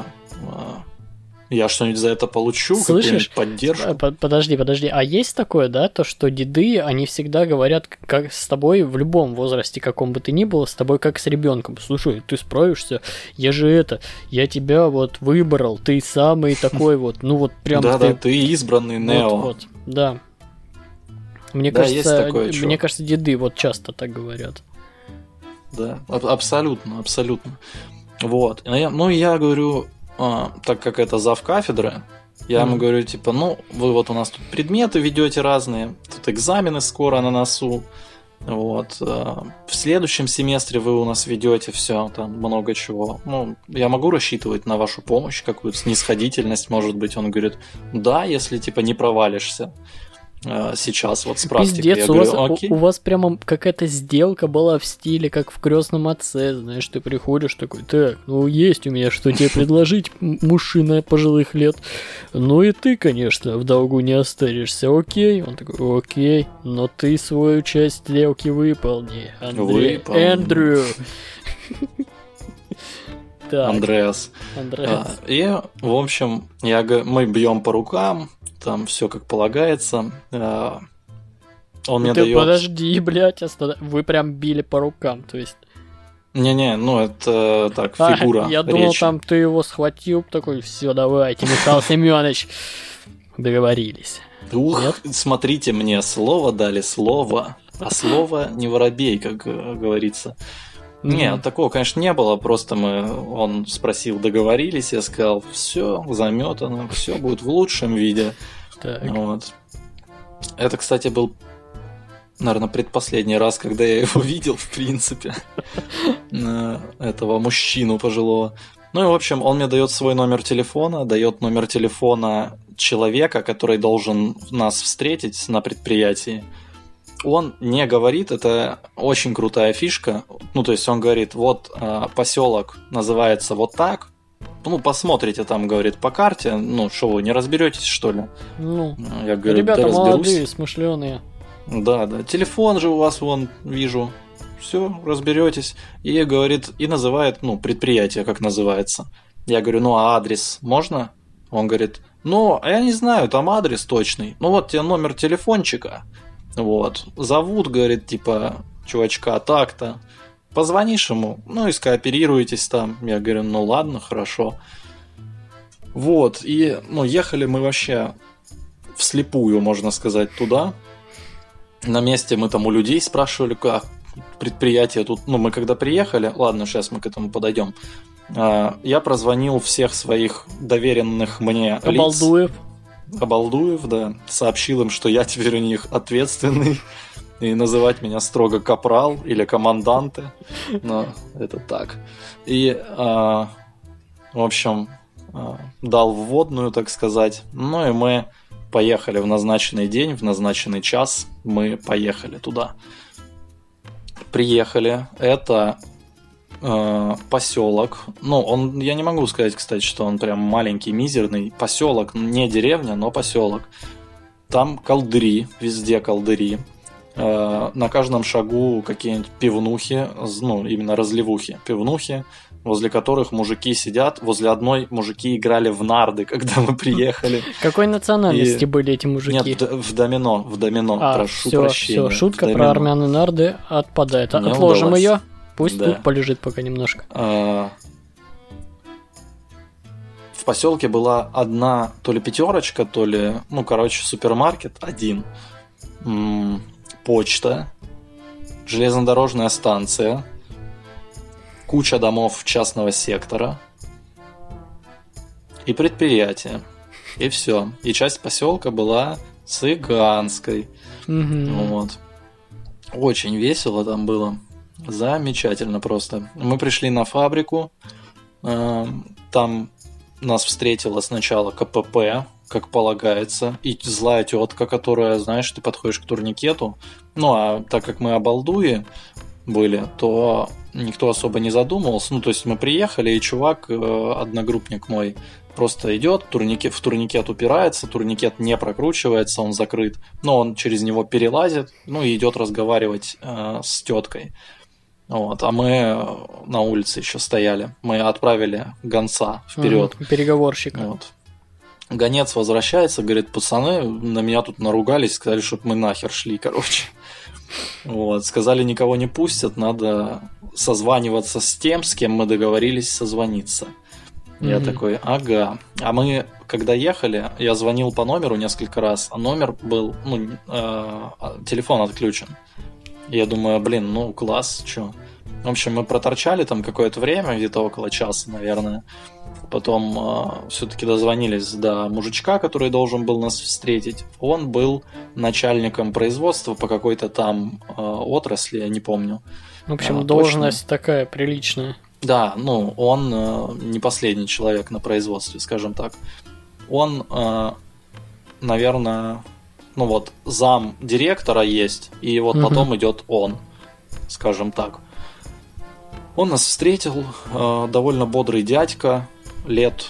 я что-нибудь за это получу, слышишь, какую-нибудь поддержку. Подожди, подожди, а есть такое, да, то, что деды, они всегда говорят как с тобой в любом возрасте, каком бы ты ни был, с тобой как с ребенком. Слушай, ты справишься, я же это, я тебя вот выбрал, ты самый такой вот, ну вот прям... Да, да, ты избранный Нео. Вот, вот, да. Мне да, кажется, такое, мне кажется, деды вот часто так говорят. Да, абсолютно, абсолютно. Вот. Ну, я говорю... А, так как это зав кафедры, я mm. ему говорю, типа, ну, вы вот у нас тут предметы ведете разные, тут экзамены скоро на носу, вот, а, в следующем семестре вы у нас ведете все, там много чего, ну, я могу рассчитывать на вашу помощь, какую-то снисходительность, может быть. Он говорит, да, если, типа, не провалишься сейчас вот с практикой. Пиздец, я у, говорю, вас, окей. у, у вас прямо какая-то сделка была в стиле, как в «Крестном отце», знаешь, ты приходишь такой, так, ну есть у меня что тебе предложить, мужчина пожилых лет, ну и ты, конечно, в долгу не останешься, окей? Он такой, окей, но ты свою часть сделки выполни, Андрей, Выполни. Эндрю. Андреас. Андреас. И, в общем, я, мы бьем по рукам, там все как полагается. Он мне ты дает... подожди, блядь, останов... вы прям били по рукам, то есть... Не-не, ну это так, фигура а, я думал, речи. там ты его схватил, такой, все, давайте, Михаил Семенович, договорились. Ух, Нет? смотрите, мне слово дали, слово, а слово не воробей, как говорится. Mm-hmm. Нет, такого, конечно, не было, просто мы, он спросил, договорились, я сказал, все, заметано, все будет в лучшем виде. Так. Вот. Это, кстати, был, наверное, предпоследний раз, когда я его видел, в принципе, этого мужчину пожилого. Ну и, в общем, он мне дает свой номер телефона, дает номер телефона человека, который должен нас встретить на предприятии. Он не говорит, это очень крутая фишка. Ну, то есть он говорит, вот э, поселок называется вот так. Ну, посмотрите там, говорит, по карте. Ну, что вы не разберетесь, что ли? Ну, я говорю, ребята да молодые, смышленые. Да, да. Телефон же у вас вон вижу. Все, разберетесь. И говорит, и называет, ну, предприятие, как называется. Я говорю, ну а адрес можно? Он говорит, ну, я не знаю, там адрес точный. Ну вот тебе номер телефончика. Вот. Зовут, говорит, типа, чувачка так-то. Позвонишь ему, ну и скооперируетесь там. Я говорю, ну ладно, хорошо. Вот. И, ну, ехали мы вообще вслепую, можно сказать, туда. На месте мы там у людей спрашивали, как предприятие тут. Ну, мы когда приехали, ладно, сейчас мы к этому подойдем. Я прозвонил всех своих доверенных мне лиц. Обалдуев. Обалдуев, да. Сообщил им, что я теперь у них ответственный. И называть меня строго капрал или команданты. Но это так. И, а, в общем, а, дал вводную, так сказать. Ну и мы поехали в назначенный день, в назначенный час. Мы поехали туда. Приехали. Это э, поселок. Ну, он, я не могу сказать, кстати, что он прям маленький, мизерный. Поселок, не деревня, но поселок. Там колдыри, везде колдыри. Э, на каждом шагу какие-нибудь пивнухи, ну, именно разливухи. Пивнухи, возле которых мужики сидят. Возле одной мужики играли в нарды, когда мы приехали. Какой национальности и... были эти мужики? Нет, в, в домино, в домино, а, прошу все, прощения. Все, шутка про армян и нарды отпадает. Не Отложим удалось. Ее, пусть да. тут полежит пока немножко. А... В поселке была одна то ли пятерочка, то ли, ну, короче, супермаркет один. М-м, почта, железнодорожная станция, куча домов частного сектора и предприятия. И все. И часть поселка была цыганской. Mm-hmm. Вот. Очень весело там было. Замечательно просто. Мы пришли на фабрику. Там нас встретила сначала ка пэ пэ, как полагается, и злая тетка, которая, знаешь, ты подходишь к турникету. Ну, а так как мы обалдуи были, то никто особо не задумывался. Ну, то есть мы приехали, и чувак, одногруппник мой, просто идет, турникет, в турникет упирается, турникет не прокручивается, он закрыт, но он через него перелазит, ну, и идет разговаривать э, с теткой. Вот, а мы на улице еще стояли. Мы отправили гонца вперед. Угу, переговорщика. Вот. Гонец возвращается, говорит: пацаны, на меня тут наругались, сказали, чтобы мы нахер шли, короче. Вот, сказали, никого не пустят, надо созваниваться с тем, с кем мы договорились созвониться. Mm-hmm. Я такой, ага. А мы, когда ехали, я звонил по номеру несколько раз, а номер был, ну, э, телефон отключен. Я думаю, блин, ну класс, чё. В общем, мы проторчали там какое-то время, где-то около часа, наверное. Потом э, все-таки дозвонились до мужичка, который должен был нас встретить. Он был начальником производства по какой-то там э, отрасли, я не помню. В общем, а, должность точно. Такая приличная. Да, ну, он э, не последний человек на производстве, скажем так. Он, э, наверное, ну вот, зам директора есть, и вот угу. потом идет он, скажем так. Он нас встретил, э, довольно бодрый дядька, лет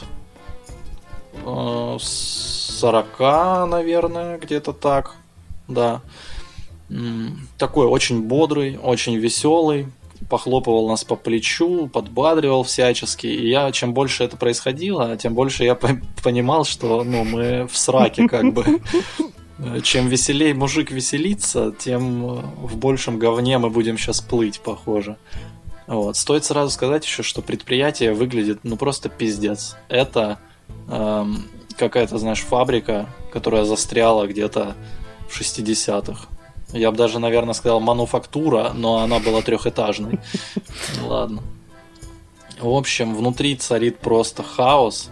э, сорока, наверное, где-то так, да. М-м, такой очень бодрый, очень веселый, похлопывал нас по плечу, подбадривал всячески. И я, чем больше это происходило, тем больше я по- понимал, что ну, мы в сраке как бы. Чем веселее мужик веселится, тем в большем говне мы будем сейчас плыть, похоже. Вот. Стоит сразу сказать еще, что предприятие выглядит ну просто пиздец. Это эм, какая-то, знаешь, фабрика, которая застряла где-то в шестидесятых. Я бы даже, наверное, сказал мануфактура, но она была трехэтажной. Ладно. В общем, внутри царит просто хаос.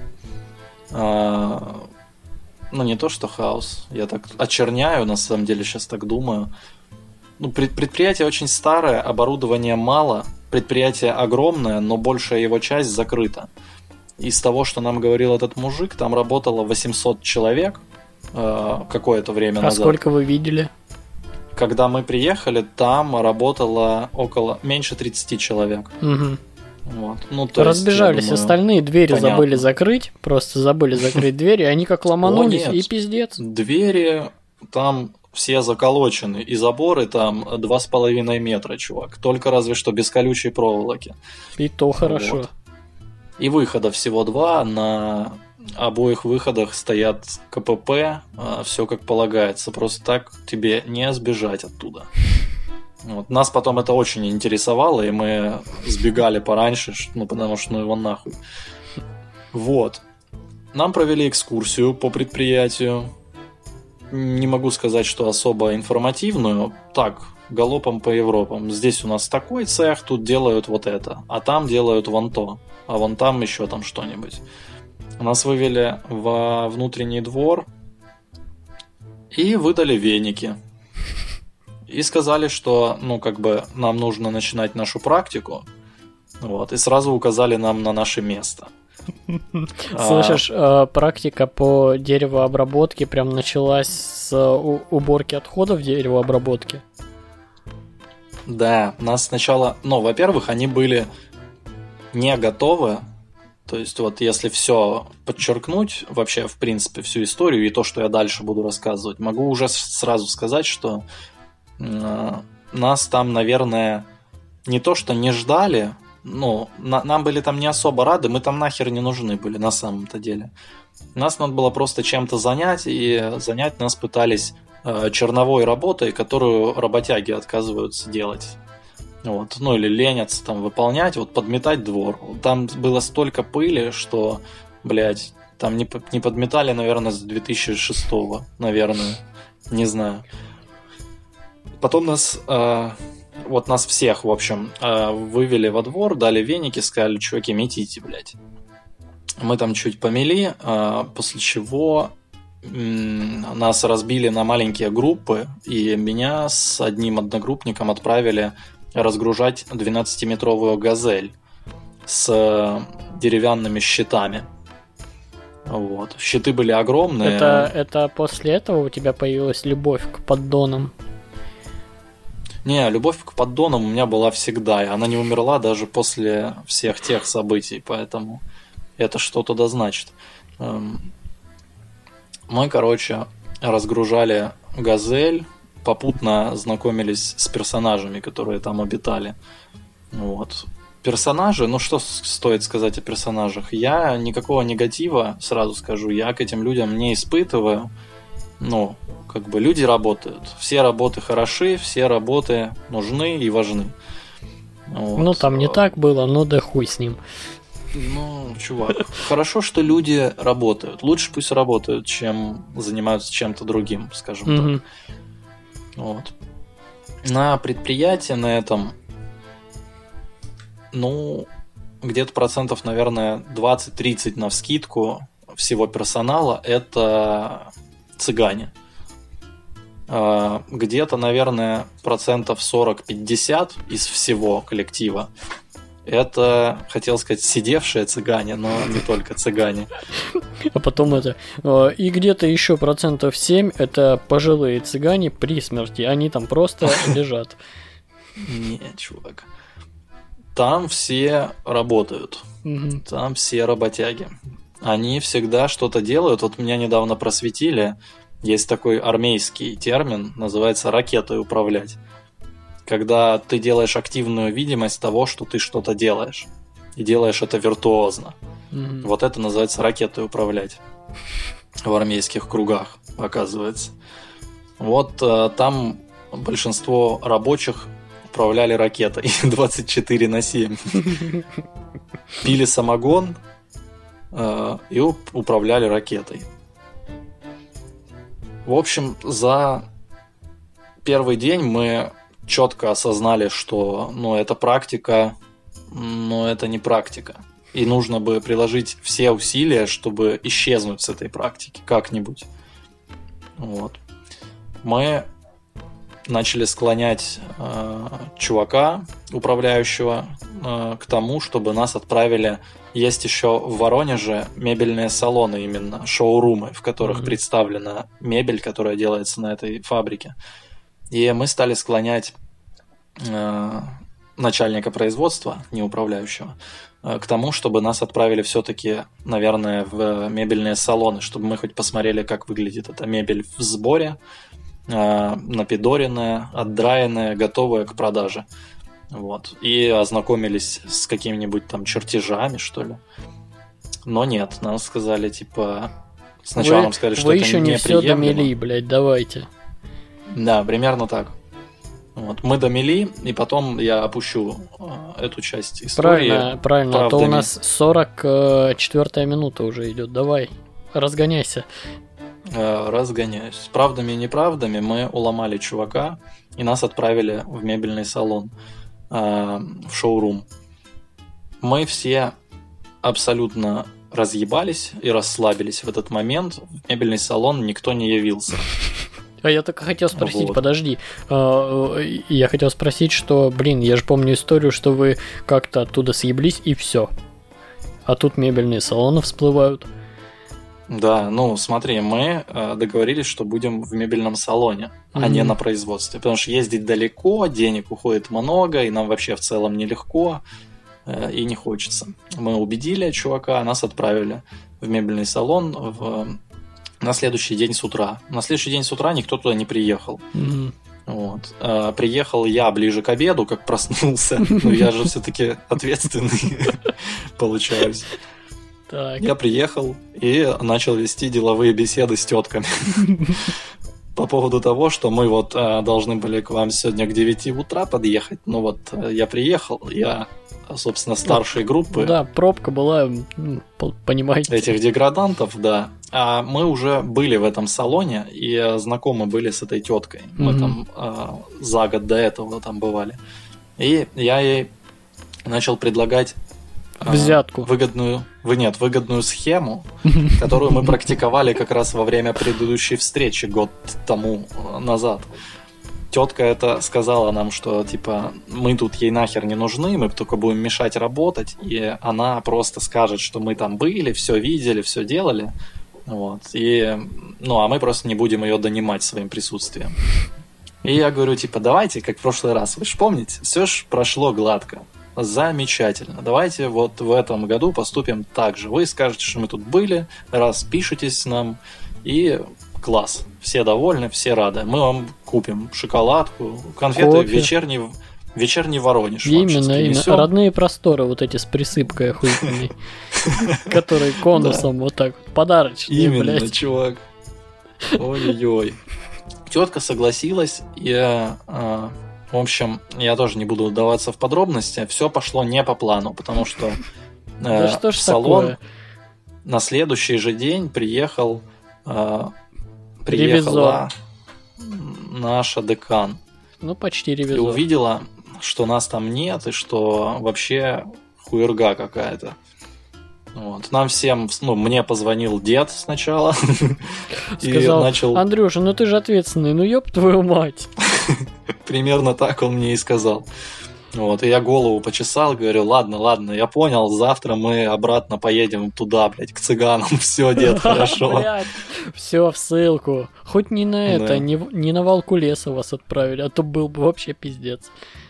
Ну, не то, что хаос. Я так очерняю, на самом деле, сейчас так думаю. Ну, предприятие очень старое, оборудования мало. Предприятие огромное, но большая его часть закрыта. Из того, что нам говорил этот мужик, там работало восемьсот человек э, какое-то время а назад. А сколько вы видели? Когда мы приехали, там работало около меньше тридцати человек. Угу. Вот. Ну, то разбежались, есть, думаю, остальные двери понятно. Забыли закрыть, просто забыли закрыть двери, они как ломанулись, и пиздец. Двери там все заколочены, и заборы там два с половиной метра, чувак. Только разве что без колючей проволоки. И то хорошо. Вот. И выхода всего два, на обоих выходах стоят ка пэ пэ, все как полагается. Просто так тебе не сбежать оттуда. Вот. Нас потом это очень интересовало, и мы сбегали пораньше, ну, потому что ну его нахуй. Вот. Нам провели экскурсию по предприятию. Не могу сказать, что особо информативную. Так, галопом по Европам. Здесь у нас такой цех, тут делают вот это. А там делают вон то. А вон там еще там что-нибудь. Нас вывели во внутренний двор и выдали веники. И сказали, что, ну, как бы, нам нужно начинать нашу практику. Вот, и сразу указали нам на наше место. Слышишь, а... практика по деревообработке прям началась с уборки отходов деревообработки? Да, нас сначала... Ну, во-первых, они были не готовы. То есть, вот если все подчеркнуть, вообще, в принципе, всю историю и то, что я дальше буду рассказывать, могу уже сразу сказать, что нас там, наверное, не то что не ждали, ну, на, нам были там не особо рады, мы там нахер не нужны были на самом-то деле. Нас надо было просто чем-то занять, и занять нас пытались э, черновой работой, которую работяги отказываются делать. Вот. Ну или ленятся там выполнять, вот подметать двор. Там было столько пыли, что, блядь, там не, не подметали, наверное, с две тысячи шестого, наверное, не знаю. Потом нас, э, вот нас всех, в общем, э, вывели во двор, дали веники, сказали, чуваки, метите, блядь. Мы там чуть помели, э, после чего м- нас разбили на маленькие группы, и меня с одним одногруппником отправили разгружать двенадцатиметровую «Газель» с деревянными щитами. Вот. Щиты были огромные. Это, это после этого у тебя появилась любовь к поддонам? Не, любовь к поддонам у меня была всегда, и она не умерла даже после всех тех событий, поэтому это что-то да значит. Мы, короче, разгружали «Газель», попутно знакомились с персонажами, которые там обитали. Вот. Персонажи, ну что стоит сказать о персонажах? Я никакого негатива, сразу скажу, я к этим людям не испытываю. Ну, как бы люди работают. Все работы хороши, все работы нужны и важны. Вот. Ну, там не так было, но да хуй с ним. Ну, чувак, хорошо, что люди работают. Лучше пусть работают, чем занимаются чем-то другим, скажем Мгм. так. Вот. На предприятии на этом, ну, где-то процентов, наверное, двадцать-тридцать навскидку всего персонала это цыгане. А, Где-то, наверное, процентов сорок-пятьдесят из всего коллектива это, хотел сказать, сидевшие цыгане, но не только цыгане. А потом это... э, И где-то еще процентов семь это пожилые цыгане при смерти. Они там просто лежат. Не, чувак. Там все работают. Мгм. Там все работяги. Они всегда что-то делают. Вот меня недавно просветили. Есть такой армейский термин, называется ракетой управлять. Когда ты делаешь активную видимость того, что ты что-то делаешь. И делаешь это виртуозно. Мгм. Вот это называется ракетой управлять. В армейских кругах, оказывается. Вот э, там большинство рабочих управляли ракетой двадцать четыре на семь. Пили самогон э, и уп- управляли ракетой. В общем, за первый день мы четко осознали, что ну, это практика, но это не практика. И нужно бы приложить все усилия, чтобы исчезнуть с этой практики как-нибудь. Вот. Мы начали склонять э, чувака, управляющего, э, к тому, чтобы нас отправили. Есть еще в Воронеже мебельные салоны, именно шоурумы, в которых Мгм. представлена мебель, которая делается на этой фабрике. И мы стали склонять э, начальника производства, не управляющего, э, к тому, чтобы нас отправили все-таки, наверное, в мебельные салоны, чтобы мы хоть посмотрели, как выглядит эта мебель в сборе, э, напидоренная, отдраенная, готовая к продаже. Вот. И ознакомились с какими-нибудь там чертежами, что ли. Но нет, нам сказали, типа... Сначала Вы, нам сказали, что вы это еще не все неприемлемо. домели, блядь, давайте. Да, примерно так. Вот. Мы домели, и потом я опущу э, эту часть истории. Правильно, правильно. А то у правдами. нас сорок четвёртая минута уже идет. Давай, разгоняйся. Э, разгоняюсь. С правдами и неправдами мы уломали чувака, и нас отправили в мебельный салон, э, в шоурум. Мы все абсолютно разъебались и расслабились в этот момент. В мебельный салон никто не явился. А я только хотел спросить, Вот. подожди. А, э, Я хотел спросить, что, блин, я же помню историю, что вы как-то оттуда съеблись и все. А тут мебельные салоны всплывают. Да, ну смотри, мы э, договорились, что будем в мебельном салоне, а Мгм. не на производстве. Потому что ездить далеко, денег уходит много, и нам вообще в целом нелегко, э, и не хочется. Мы убедили чувака, нас отправили в мебельный салон в... на следующий день с утра. На следующий день с утра никто туда не приехал. Мгм. Вот. А, приехал я ближе к обеду, как проснулся. Ну, я же все-таки ответственный получаюсь. Так. Я приехал и начал вести деловые беседы с тетками. По поводу того, что мы вот э, должны были к вам сегодня к девяти утра подъехать. Ну вот э, я приехал, я, собственно, старшей группы. Да, пробка была, понимаете. Этих деградантов, да. А мы уже были в этом салоне и знакомы были с этой теткой. Мы mm-hmm. там э, за год до этого там бывали. И я ей начал предлагать взятку. Выгодную, вы нет, выгодную схему, которую мы практиковали как раз во время предыдущей встречи год тому назад. Тетка это сказала нам, что типа мы тут ей нахер не нужны, мы только будем мешать работать, и она просто скажет, что мы там были, все видели, все делали, вот. И ну а мы просто не будем ее донимать своим присутствием. И я говорю, типа, давайте, как в прошлый раз, вы же помните, все ж прошло гладко. Замечательно. Давайте вот в этом году поступим так же. Вы скажете, что мы тут были, распишитесь нам, и класс. Все довольны, все рады. Мы вам купим шоколадку, конфеты, кофе. вечерний, вечерний Воронеж. Именно, именно. Родные просторы вот эти с присыпкой охуительной, которые конусом вот так подарочные, блядь. Именно, чувак. Ой-ой-ой. Тетка согласилась, и в общем, я тоже не буду вдаваться в подробности. Все пошло не по плану, потому что э, да что ж в салон такое? На следующий же день приехал э, приехала ревизор. Наша декан. Ну, почти ревизор. И увидела, что нас там нет, и что вообще хуерга какая-то. Вот. Нам всем, ну, мне позвонил дед сначала. Сказал, и начал... Андрюша, ну ты же ответственный, ну ёб твою мать. Примерно так он мне и сказал. Вот, и я голову почесал, говорю, ладно, ладно, я понял, завтра мы обратно поедем туда, блядь, к цыганам. Все, дед, хорошо. Все, в ссылку. Хоть не на это, Да. не, не на Волку леса вас отправили, а то был бы вообще пиздец.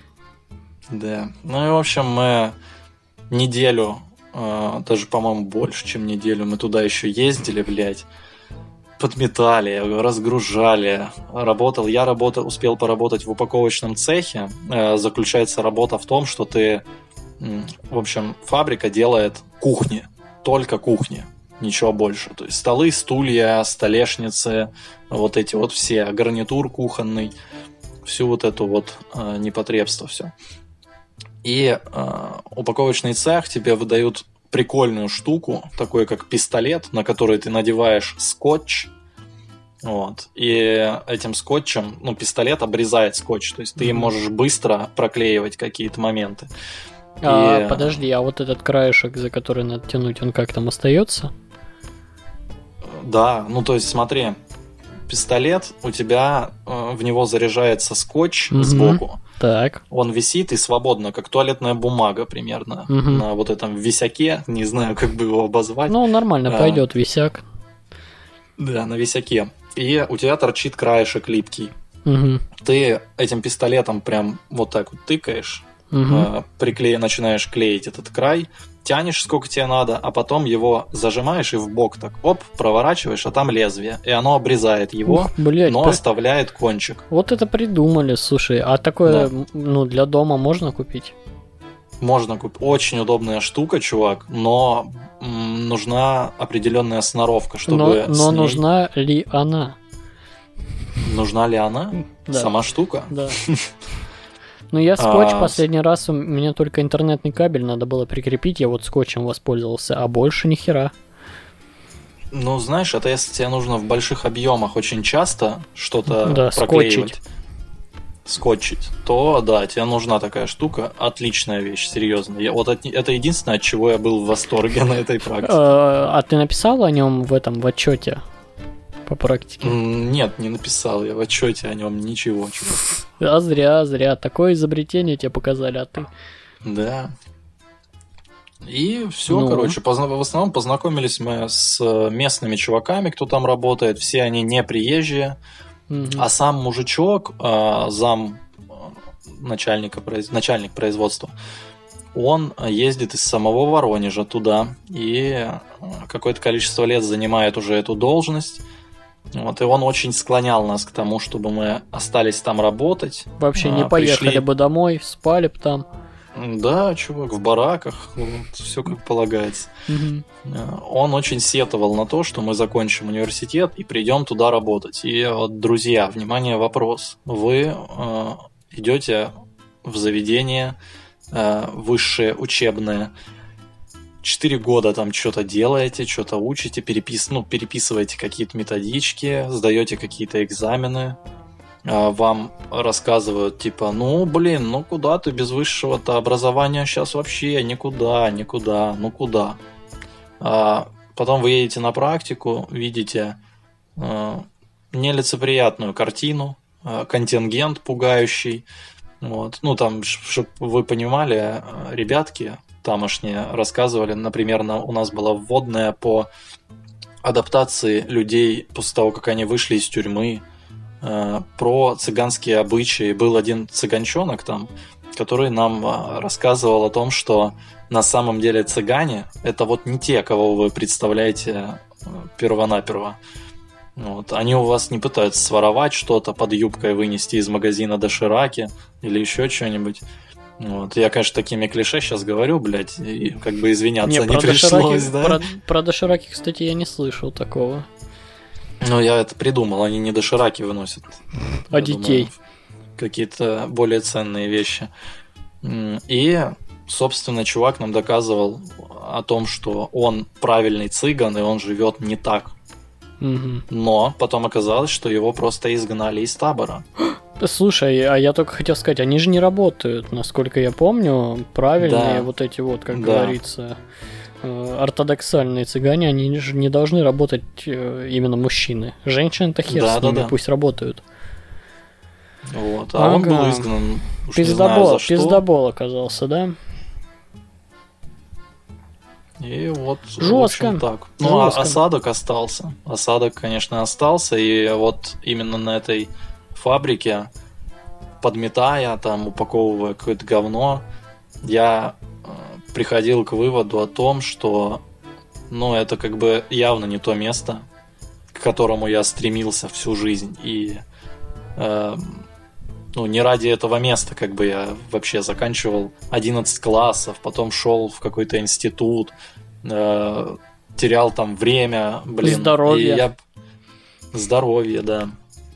Да. Ну и, в общем, мы неделю, э, даже, по-моему, больше, чем неделю, мы туда еще ездили, блядь. Подметали, разгружали, работал. Я работал, успел поработать в упаковочном цехе. Э, заключается работа в том, что ты, м, в общем, фабрика делает кухни, только кухни, ничего больше. То есть столы, стулья, столешницы, вот эти вот все, гарнитур кухонный, всю вот эту вот э, непотребство все. И э, упаковочный цех тебе выдают прикольную штуку, такой как пистолет, на который ты надеваешь скотч. Вот. И этим скотчем, ну, пистолет обрезает скотч, то есть ты им можешь быстро проклеивать какие-то моменты. А, И... подожди, а вот этот краешек, за который надо тянуть, он как там остается? Да, ну то есть смотри, пистолет, у тебя э, в него заряжается скотч Мгм. сбоку. Так. Он висит и свободно, как туалетная бумага примерно, Мгм. на вот этом висяке, не знаю, как бы его обозвать. Ну, нормально, А. пойдет висяк. Да, на висяке. И у тебя торчит краешек липкий. Угу. Ты этим пистолетом прям вот так вот тыкаешь, э, прикле... начинаешь клеить этот край, тянешь сколько тебе надо, а потом его зажимаешь и в бок так, оп, проворачиваешь, а там лезвие. И оно обрезает его, Блять, но оставляет кончик. вот это придумали, слушай. А такое, Да. ну, для дома можно купить? Можно купить. Очень удобная штука, чувак, но м, нужна определенная сноровка, чтобы но с но ней- нужна ли она? Нужна ли она? Да. Сама штука? Да. Ну, я скотч А, последний раз, у меня только интернетный кабель надо было прикрепить, я вот скотчем воспользовался, а больше ни хера. Ну, знаешь, это если тебе нужно в больших объемах очень часто что-то Да, проклеивать, скотчить. скотчить, то да, тебе нужна такая штука. Отличная вещь, серьезно. Я, вот от- это единственное, от чего я был в восторге на этой практике. А ты написал о нем в этом, в отчете по практике? М, Нет, не написал я в отчете о нем ничего. чувак. А зря, зря. Такое изобретение тебе показали, а ты... Да. И все, Ну. короче, позна- в основном познакомились мы с местными чуваками, кто там работает. Все они не приезжие. Мгм. А сам мужичок, а, зам а, начальника, произ- начальник производства, он ездит из самого Воронежа туда и а, какое-то количество лет занимает уже эту должность. Вот, и он очень склонял нас к тому, чтобы мы остались там работать. Вообще не а, поехали пришли... бы домой, спали бы там. Да, чувак, в бараках, вот, все как полагается. Угу. Он очень сетовал на то, что мы закончим университет и придем туда работать. И вот, друзья, внимание, вопрос. Вы э, идете в заведение э, высшее учебное, четыре года там что-то делаете, что-то учите, перепис... ну, переписываете какие-то методички, сдаете какие-то экзамены, вам рассказывают, типа, ну, блин, ну куда ты без высшего-то образования сейчас вообще? Никуда, никуда, ну куда? А потом вы едете на практику, видите э, нелицеприятную картину, э, контингент пугающий. Вот. Ну, там, чтобы вы понимали, ребятки тамошние рассказывали, например, на, у нас была вводная по адаптации людей после того, как они вышли из тюрьмы, э, про цыганские обычаи. Был один цыганчонок там, который нам э, рассказывал о том, что на самом деле цыгане – это вот не те, кого вы представляете э, первонаперво. Вот. Они у вас не пытаются своровать что-то под юбкой, вынести из магазина дошираки или еще что-нибудь. Вот. Я, конечно, такими клише сейчас говорю, блядь, и как бы извиняться не, не пришлось, да? Про, про дошираки, кстати, я не слышал такого. Ну, я это придумал, они не дошираки выносят. А детей? Думаю, какие-то более ценные вещи. И, собственно, чувак нам доказывал о том, что он правильный цыган, и он живет не так. Угу. Но потом оказалось, что его просто изгнали из табора. Слушай, а я только хотел сказать, они же не работают, насколько я помню, правильные да. вот эти вот, как да. говорится, ортодоксальные цыгане, они же не должны работать именно мужчины. Женщины-то хер да, с ними, да, да. пусть работают. Вот. А ага. он был изгнан, уж пиздобол, не знаю за что. Пиздобол оказался, да? И вот, жестко. В общем, так. Ну, а осадок остался. Осадок, конечно, остался. И вот именно на этой фабрике, подметая, там, упаковывая какое-то говно, я э, приходил к выводу о том, что, ну, это как бы явно не то место, к которому я стремился всю жизнь. И, э, ну, не ради этого места, как бы я вообще заканчивал одиннадцать классов, потом шел в какой-то институт, э, терял там время, блин. Здоровье. И я... Здоровье, да.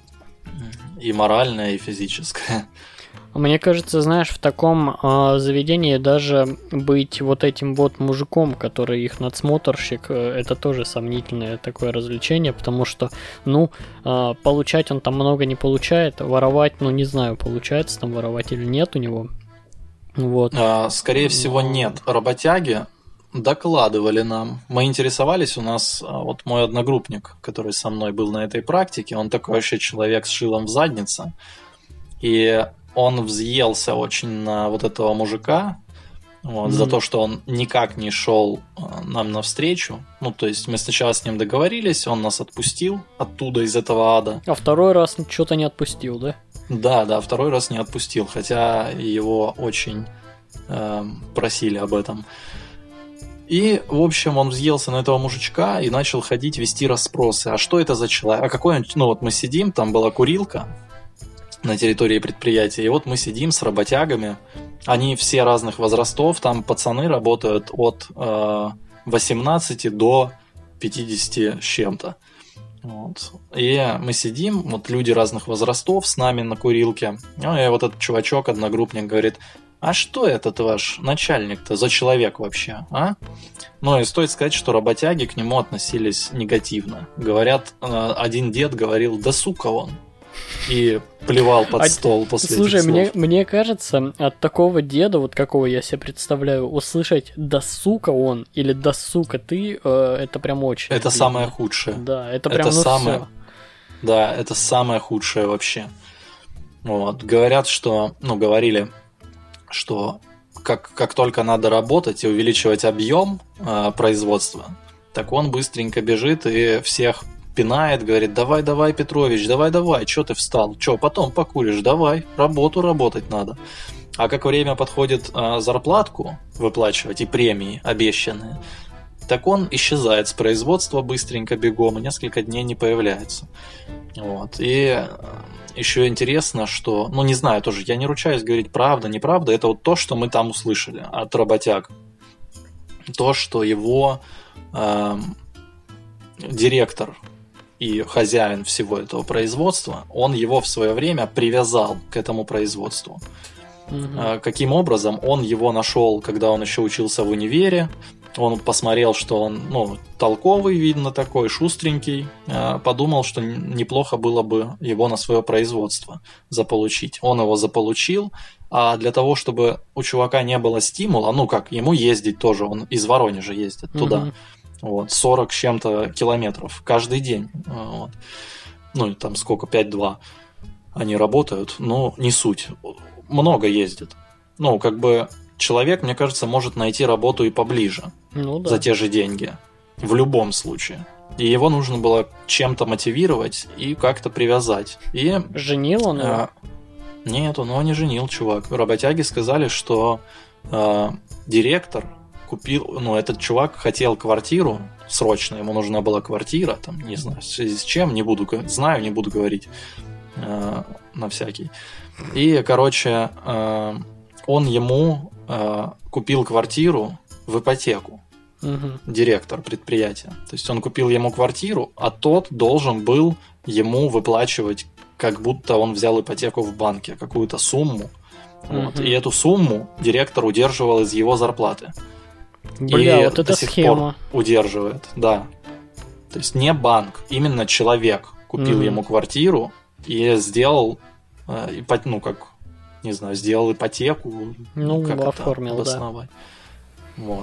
И моральное, и физическое. Мне кажется, знаешь, в таком э, заведении даже быть вот этим вот мужиком, который их надсмотрщик, э, это тоже сомнительное такое развлечение, потому что, ну, э, получать он там много не получает, воровать, ну, не знаю, получается там воровать или нет у него. Вот. А, скорее всего, нет. Работяги докладывали нам. Мы интересовались, у нас вот мой одногруппник, который со мной был на этой практике, он такой вообще человек с шилом в заднице, и он взъелся очень на вот этого мужика, вот, mm-hmm. за то, что он никак не шел нам навстречу. Ну, то есть мы сначала с ним договорились, он нас отпустил оттуда, из этого ада. А второй раз что-то не отпустил, да? Да, да, второй раз не отпустил, хотя его очень э, просили об этом. И, в общем, он взъелся на этого мужичка и начал ходить, вести расспросы. А что это за человек? А какой он... Ну, вот мы сидим, там была курилка на территории предприятия, и вот мы сидим с работягами. Они все разных возрастов, там пацаны работают от э, восемнадцати до пятидесяти с чем-то. Вот. И мы сидим, вот люди разных возрастов с нами на курилке. Ну, и вот этот чувачок, одногруппник, говорит: а что этот ваш начальник-то за человек вообще, а? Ну и стоит сказать, что работяги к нему относились негативно. Говорят, один дед говорил: да сука он. И плевал под а, стол после слушай, этих слов. Мне, мне кажется, от такого деда, вот какого я себе представляю, услышать «да сука он» или «да сука ты», э, это прям очень... Это обидно. Самое худшее. Да, это прям, это ну самое, всё. Да, это самое худшее вообще. Вот. Говорят, что... Ну, говорили, что как, как только надо работать и увеличивать объем э, производства, так он быстренько бежит и всех... пинает, говорит: давай, давай, Петрович, давай, давай, чё ты встал, чё, потом покуришь, давай, работу работать надо. А как время подходит а, зарплатку выплачивать и премии обещанные, Так он исчезает с производства быстренько, бегом, и несколько дней не появляется. Вот. И еще интересно, что, ну не знаю тоже, я не ручаюсь говорить правда, неправда, это вот то, что мы там услышали от работяг. То, что его э, директор и хозяин всего этого производства, он его в свое время привязал к этому производству. Mm-hmm. Каким образом? Он его нашел, когда он еще учился в универе. Он посмотрел, что он, ну, толковый, видно, такой, шустренький. Подумал, что неплохо было бы его на свое производство заполучить. Он его заполучил, а для того, чтобы у чувака не было стимула, ну как, ему ездить тоже, он из Воронежа ездит туда. Mm-hmm. Вот, сорок с чем-то километров каждый день. Вот. Ну, там сколько, пять-два они работают, но не суть. Много ездит. Ну, как бы человек, мне кажется, может найти работу и поближе. Ну, да. За те же деньги. В любом случае. И его нужно было чем-то мотивировать и как-то привязать. И, женил он его? А, нет, он его не женил, чувак. Работяги сказали, что а, директор купил, ну, этот чувак хотел квартиру срочно, ему нужна была квартира, там, не знаю, в связи с чем, не буду, знаю, не буду говорить э, на всякий. И, короче, э, он ему э, купил квартиру в ипотеку, угу. Директор предприятия. То есть он купил ему квартиру, а тот должен был ему выплачивать, как будто он взял ипотеку в банке, какую-то сумму. Угу. Вот. И эту сумму директор удерживал из его зарплаты. Бля, и вот эта до сих схема. Пор удерживает, да. То есть не банк, именно человек купил mm-hmm. ему квартиру и сделал, э, ипот... ну как, не знаю, сделал ипотеку, ну, как оформил, это обосновать. Да. Вот.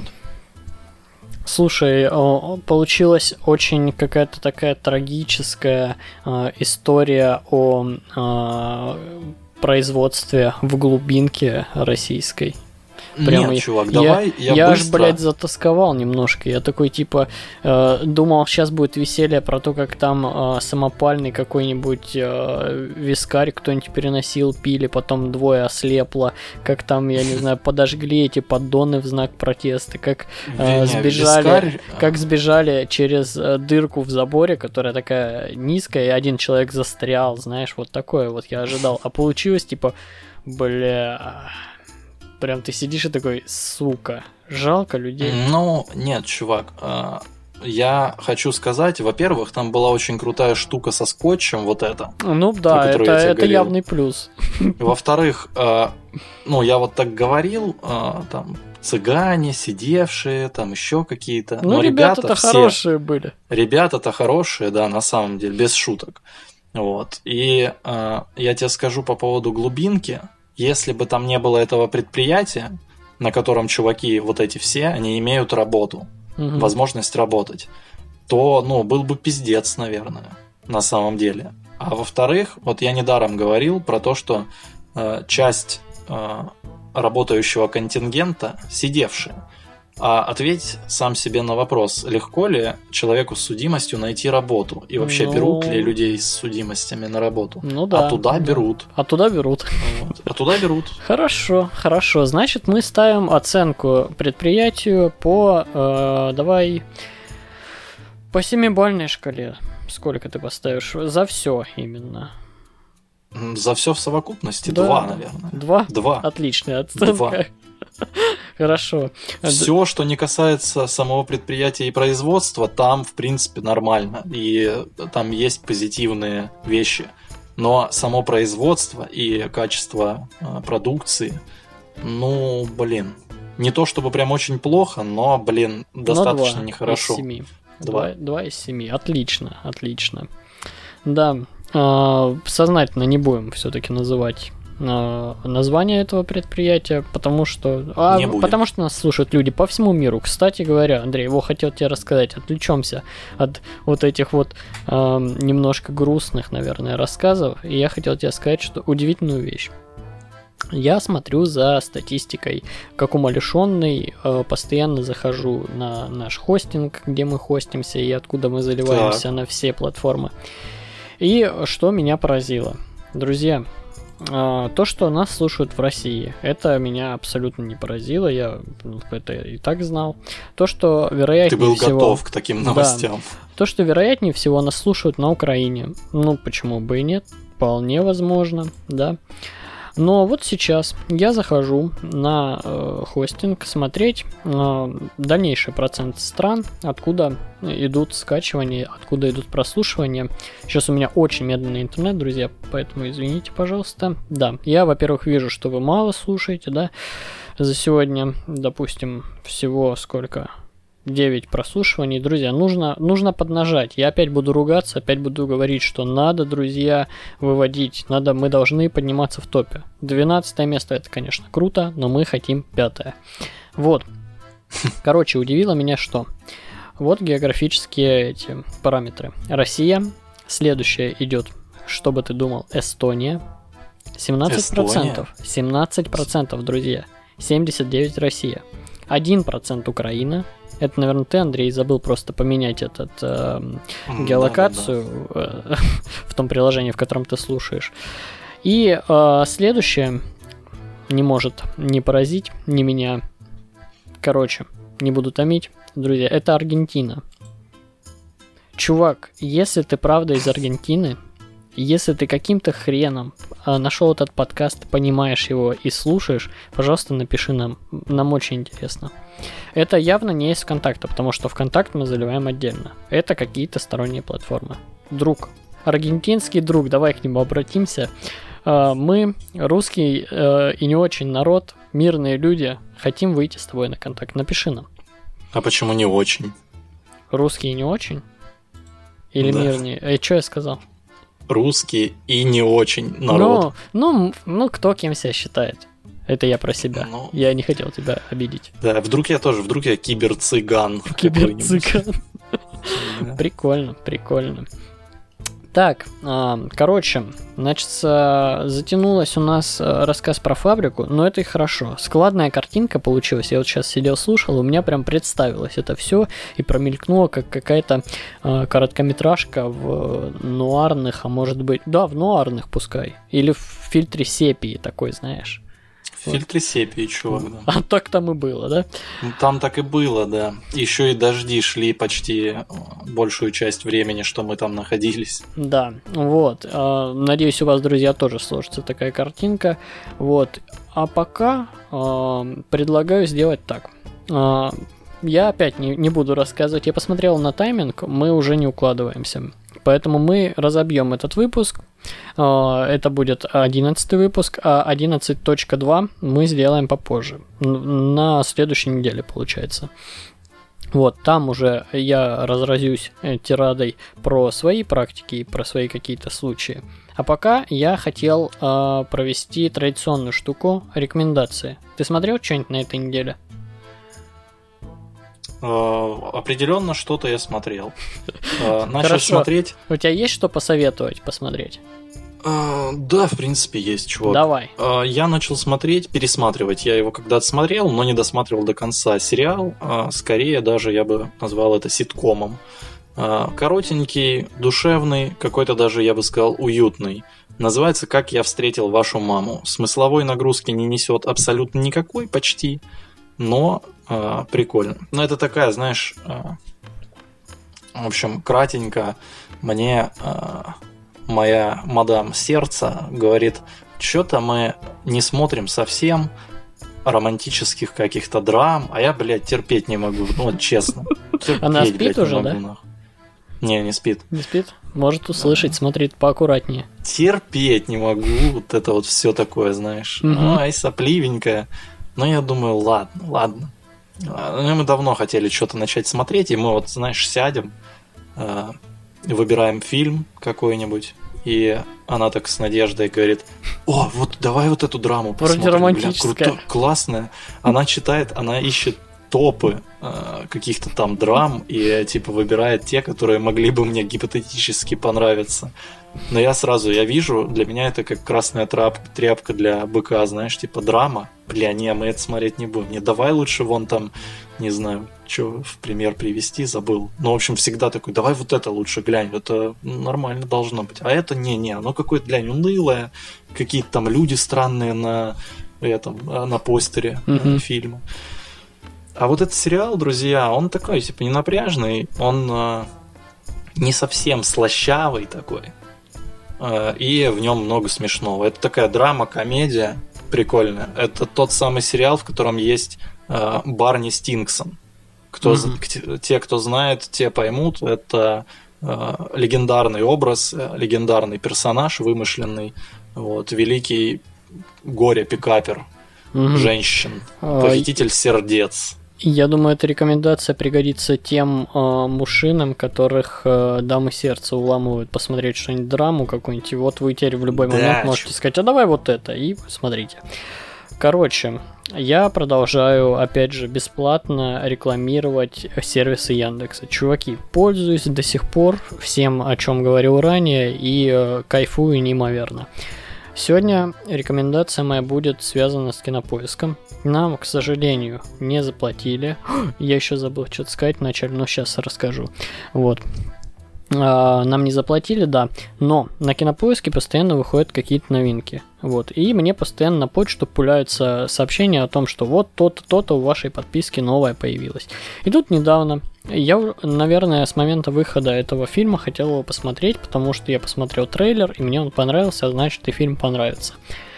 Слушай, получилась очень какая-то такая трагическая э, история о э, производстве в глубинке российской. Прямо Нет, чувак, давай я, я, я быстро... аж, блядь, затасковал немножко. Я такой, типа, э, думал, сейчас будет веселье про то, как там э, самопальный какой-нибудь э, вискарь кто-нибудь переносил, пили, потом двое ослепло, как там, я не знаю, подожгли эти поддоны в знак протеста, как э, сбежали, вискарь... как сбежали через э, дырку в заборе, которая такая низкая, и один человек застрял, знаешь, вот такое вот я ожидал. А получилось, типа, бля... Прям ты сидишь и такой, сука, жалко людей. Ну, нет, чувак, я хочу сказать, во-первых, там была очень крутая штука со скотчем, вот это. Ну да, это, это явный плюс. Во-вторых, ну я вот так говорил, там цыгане, сидевшие, там еще какие-то. Ну, ребята-то все, хорошие были. Ребята-то хорошие, да, на самом деле, без шуток. Вот. И я тебе скажу по поводу глубинки. Если бы там не было этого предприятия, на котором чуваки вот эти все, они имеют работу, угу. возможность работать, то, ну, был бы пиздец, наверное, на самом деле. А во-вторых, вот я недаром говорил про то, что э, часть э, работающего контингента сидевшие. А ответь сам себе на вопрос, легко ли человеку с судимостью найти работу? И вообще ну... берут ли людей с судимостями на работу? Ну да. А туда да. берут. А туда берут. Вот. А туда берут. Хорошо, хорошо. Значит, мы ставим оценку предприятию по, э, давай, по семибалльной шкале. Сколько ты поставишь? За все именно. За все в совокупности? Да. Два, наверное. Два? Два. Отличная оценка. Два. Хорошо. Все, что не касается самого предприятия и производства, там, в принципе, нормально. И там есть позитивные вещи. Но само производство и качество э, продукции, ну, блин. Не то чтобы прям очень плохо, но, блин, достаточно но нехорошо. Из семи. Два. Два из семи. Отлично, отлично. Да, э, сознательно не будем все-таки называть название этого предприятия, потому что а, потому что нас слушают люди по всему миру. Кстати говоря, Андрей, его хотел тебе рассказать. Отвлечемся от вот этих вот э, немножко грустных, наверное, рассказов. И я хотел тебе сказать, что удивительную вещь. Я смотрю за статистикой, как умалишенный, э, постоянно захожу на наш хостинг, где мы хостимся и откуда мы заливаемся так. на все платформы. И что меня поразило, друзья. А, то, что нас слушают в России, это меня абсолютно не поразило, я это и так знал. То, что вероятнее Ты был всего... готов к таким новостям. Да, то, что вероятнее всего нас слушают на Украине. Ну, почему бы и нет? Вполне возможно, да. Но вот сейчас я захожу на э, хостинг смотреть э, дальнейший процент стран, откуда идут скачивания, откуда идут прослушивания. Сейчас у меня очень медленный интернет, друзья, поэтому извините, пожалуйста. Да, я, во-первых, вижу, что вы мало слушаете, да, за сегодня, допустим, всего сколько... девять прослушиваний. Друзья, нужно, нужно поднажать. Я опять буду ругаться, опять буду говорить, что надо, друзья, выводить. Надо, мы должны подниматься в топе. двенадцатое место, это, конечно, круто, но мы хотим пятое. Вот. Короче, удивило меня что? Вот географические эти параметры. Россия. Следующая идет, что бы ты думал, Эстония. семнадцать процентов. Эстония? семнадцать процентов, друзья. семьдесят девять процентов Россия. один процент Украина. Это, наверное, ты, Андрей, забыл просто поменять этот э, геолокацию да, да, да. Э, в том приложении, в котором ты слушаешь. И э, следующее не может не поразить, ни меня. Короче, не буду томить, друзья, это Аргентина. Чувак, если ты правда из Аргентины, если ты каким-то хреном э, нашел этот подкаст, понимаешь его и слушаешь, пожалуйста, напиши нам. Нам очень интересно. Это явно не из ВКонтакта, потому что ВКонтакт мы заливаем отдельно. Это какие-то сторонние платформы. Друг, аргентинский друг, давай к нему обратимся. Э, мы, русский э, и не очень народ, мирные люди, хотим выйти с тобой на контакт. Напиши нам. А почему не очень? Русский и не очень? Или да. мирные? Э, что я сказал? Русский и не очень народ. Ну, ну, ну, кто кем себя считает? Это я про себя. Ну, я не хотел тебя обидеть. Да, вдруг я тоже, вдруг я киберцыган. Киберцыган. Прикольно, прикольно. Так, короче, значит, затянулась у нас рассказ про фабрику, но это и хорошо. Складная картинка получилась. Я вот сейчас сидел, слушал, у меня прям представилось это все и промелькнуло, как какая-то короткометражка в нуарных, а может быть, да, в нуарных пускай, или в фильтре сепии такой, знаешь. В фильтре сепии, чувак, да. А так там и было, да? Там так и было, да. Еще и дожди шли почти большую часть времени, что мы там находились. Да, вот. Надеюсь, у вас, друзья, тоже сложится такая картинка. Вот. А пока предлагаю сделать так. Я опять не, не буду рассказывать. Я посмотрел на тайминг, мы уже не укладываемся. Поэтому мы разобьем этот выпуск. Это будет одиннадцатый выпуск, а одиннадцать точка два мы сделаем попозже. На следующей неделе, получается. Вот, там уже я разразюсь тирадой про свои практики и про свои какие-то случаи. А пока я хотел э, провести традиционную штуку, рекомендации. Ты смотрел что-нибудь на этой неделе? Uh, определенно что-то я смотрел. Uh, начал Хорошо. смотреть. У тебя есть что посоветовать посмотреть? Uh, да, в принципе, есть, чувак. Давай. Uh, я начал смотреть, пересматривать. Я его когда-то смотрел, но не досматривал до конца. Сериал, uh, скорее даже я бы назвал это ситкомом. Uh, коротенький, душевный, какой-то даже, я бы сказал, уютный. Называется «Как я встретил вашу маму». Смысловой нагрузки не несет абсолютно никакой, почти. Но э, прикольно. Но это такая, знаешь, э, в общем, кратенько мне э, моя мадам сердца говорит, что-то мы не смотрим совсем романтических каких-то драм, а я, блядь, терпеть не могу, ну вот честно. Терпеть, Она спит блядь, уже, не могу, да? Нахуй. Не, не спит. Не спит? Может услышать, смотрит поаккуратнее. Терпеть не могу, вот это вот все такое, знаешь. Угу. Ай, сопливенькая. Но я думаю, ладно, ладно. Мы давно хотели что-то начать смотреть, и мы вот, знаешь, сядем, выбираем фильм какой-нибудь, и она так с надеждой говорит, о, вот давай вот эту драму посмотрим. Вроде романтическая. Бля, круто, классная. Она читает, она ищет топы э, каких-то там драм и типа выбирает те, которые могли бы мне гипотетически понравиться. Но я сразу, я вижу, для меня это как красная трап, тряпка для быка, знаешь, типа драма. Бля, не, мы это смотреть не будем. Не, давай лучше вон там, не знаю, что в пример привести, забыл. Ну, в общем, всегда такой, давай вот это лучше глянь, это нормально должно быть. А это не-не, оно какое-то, глянь, унылое, какие-то там люди странные на этом, на постере mm-hmm. фильма. А вот этот сериал, друзья, он такой, типа, не напряжный, он э, не совсем слащавый такой, э, и в нем много смешного. Это такая драма, комедия прикольная. Это тот самый сериал, в котором есть э, Барни Стинксон. Кто, mm-hmm. Те, кто знает, те поймут. Это э, легендарный образ, э, легендарный персонаж, вымышленный, вот, великий горе-пикапер mm-hmm. женщин, похититель сердец. Я думаю, эта рекомендация пригодится тем э, мужчинам, которых э, дамы сердца уламывают посмотреть что-нибудь, драму какую-нибудь, и вот вы теперь в любой да, момент можете сказать, а давай вот это, и смотрите. Короче, я продолжаю, опять же, бесплатно рекламировать сервисы Яндекса. Чуваки, пользуюсь до сих пор всем, о чем говорил ранее, и э, кайфую неимоверно. Сегодня рекомендация моя будет связана с Кинопоиском. Нам, к сожалению, не заплатили. Я еще забыл что-то сказать вначале, но сейчас расскажу. Вот. А, нам не заплатили, да. Но на Кинопоиске постоянно выходят какие-то новинки. Вот. И мне постоянно на почту пуляются сообщения о том, что вот то-то, то-то в вашей подписке новое появилось. И тут недавно я, наверное, с момента выхода этого фильма хотел его посмотреть, потому что я посмотрел трейлер, и мне он понравился, а значит и фильм понравится.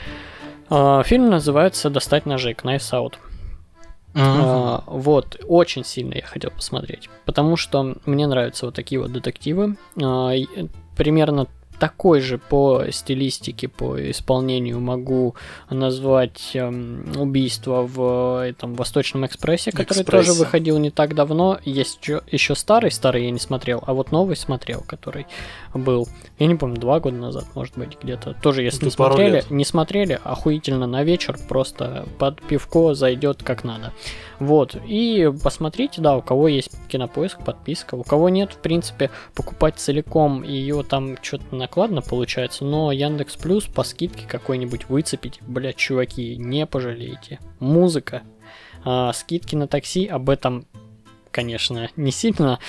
А, фильм называется «Достать ножи», Knives Out. Uh-huh. А, вот, очень сильно я хотел посмотреть, потому что мне нравятся вот такие вот детективы. А, примерно такой же по стилистике, по исполнению могу назвать эм, убийство в этом Восточном экспрессе, который Экспрессе. тоже выходил не так давно. Есть еще, еще старый, старый я не смотрел, а вот новый смотрел, который был, я не помню, два года назад, может быть, где-то. Тоже, если не смотрели, не смотрели, охуительно на вечер, просто под пивко зайдет как надо. Вот, и посмотрите, да, у кого есть Кинопоиск, подписка, у кого нет, в принципе, покупать целиком, ее там что-то накладно получается, но Яндекс Плюс по скидке какой-нибудь выцепить, блядь, чуваки, не пожалеете. Музыка, а, скидки на такси, об этом, конечно, не сильно...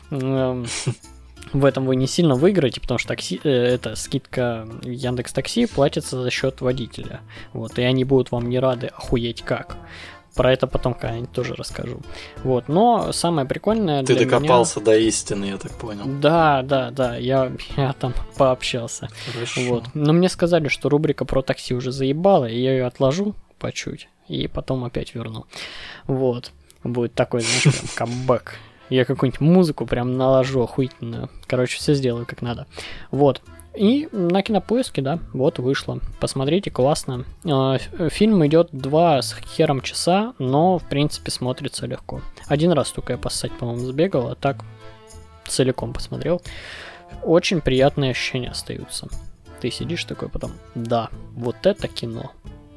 В этом вы не сильно выиграете, потому что такси, э, эта скидка Яндекс.Такси платится за счет водителя. Вот, и они будут вам не рады охуеть как. Про это потом когда-нибудь тоже расскажу. Вот, но самое прикольное Ты для докопался меня... до истины, я так понял. Да, да, да, я, я там пообщался. Хорошо. Вот. Но мне сказали, что рубрика про такси уже заебала, и я ее отложу по чуть, и потом опять верну. Вот. Будет такой, знаешь, прям камбэк. Я какую-нибудь музыку прям наложу охуительную. Короче, все сделаю как надо. Вот. И на Кинопоиске, да, вот вышло. Посмотрите, классно. Фильм идет два с хером часа, но, в принципе, смотрится легко. Один раз только я поссать, по-моему, сбегал, а так целиком посмотрел. Очень приятные ощущения остаются. Ты сидишь такой потом, да, вот это кино.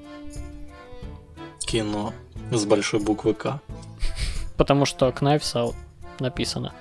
Кино с большой буквы К. Потому что Knives Out написано.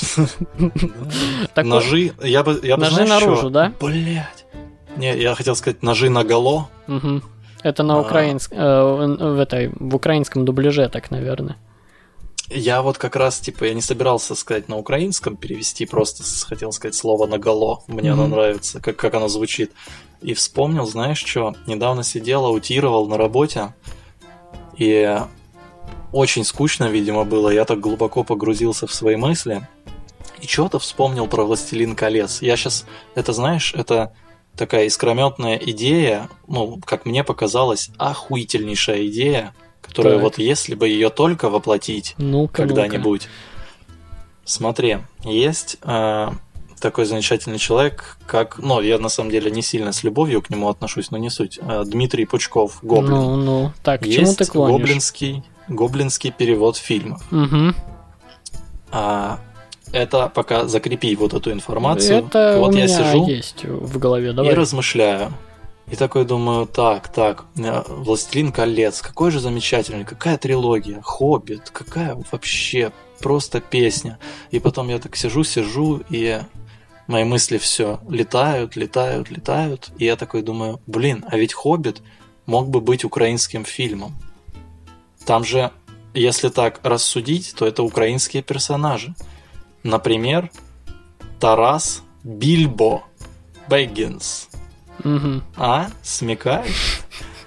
Ножи, я бы, я бы, ножи наружу, да? Блять. Не, я хотел сказать ножи наголо. Это на украинском, в этой, в украинском дубляже, так, наверное. Я вот как раз, типа, я не собирался сказать на украинском перевести, просто хотел сказать слово наголо. Мне оно нравится, как, как оно звучит. И вспомнил, знаешь что, недавно сидел, аутировал на работе, и очень скучно, видимо, было. Я так глубоко погрузился в свои мысли. И что-то вспомнил про «Властелин колец». Я сейчас... Это, знаешь, это такая искрометная идея, ну, как мне показалось, охуительнейшая идея, которая так. Вот если бы ее только воплотить ну-ка, когда-нибудь... Ну-ка. Смотри, есть э, такой замечательный человек, как... Ну, я на самом деле не сильно с любовью к нему отношусь, но не суть. Э, Дмитрий Пучков, Гоблин. Ну, ну, так, к есть чему ты клонишь? гоблинский... Гоблинский перевод фильмов. Угу. А, это пока закрепи вот эту информацию. Это вот у я меня сижу есть в голове. Давай. И размышляю. И такой думаю, так, так, «Властелин колец», какой же замечательный, какая трилогия, «Хоббит», какая вообще просто песня. И потом я так сижу, сижу, и мои мысли все летают, летают, летают. И я такой думаю, блин, а ведь «Хоббит» мог бы быть украинским фильмом. Там же, если так рассудить, то это украинские персонажи. Например, Тарас Бильбо Бэггинс. Угу. А? Смекаешь?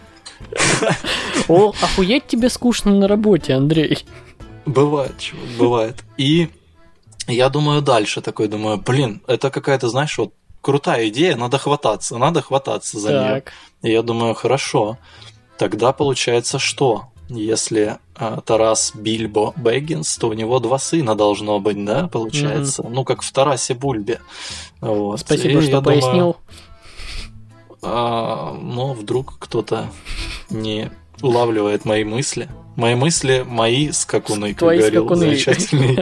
О, охуеть тебе скучно на работе, Андрей. Бывает, чувак, бывает. И я думаю дальше, такой думаю, блин, это какая-то, знаешь, вот крутая идея, надо хвататься, надо хвататься за нее. И я думаю, хорошо, тогда получается что? Если э, Тарас Бильбо Бэггинс, то у него два сына должно быть, да, получается? Mm-hmm. Ну, как в Тарасе Бульбе. Вот. Спасибо, и что пояснил. Думаю, а, ну, вдруг кто-то не улавливает мои мысли. Мои мысли, мои скакуны, как Твои говорил скакуны. замечательный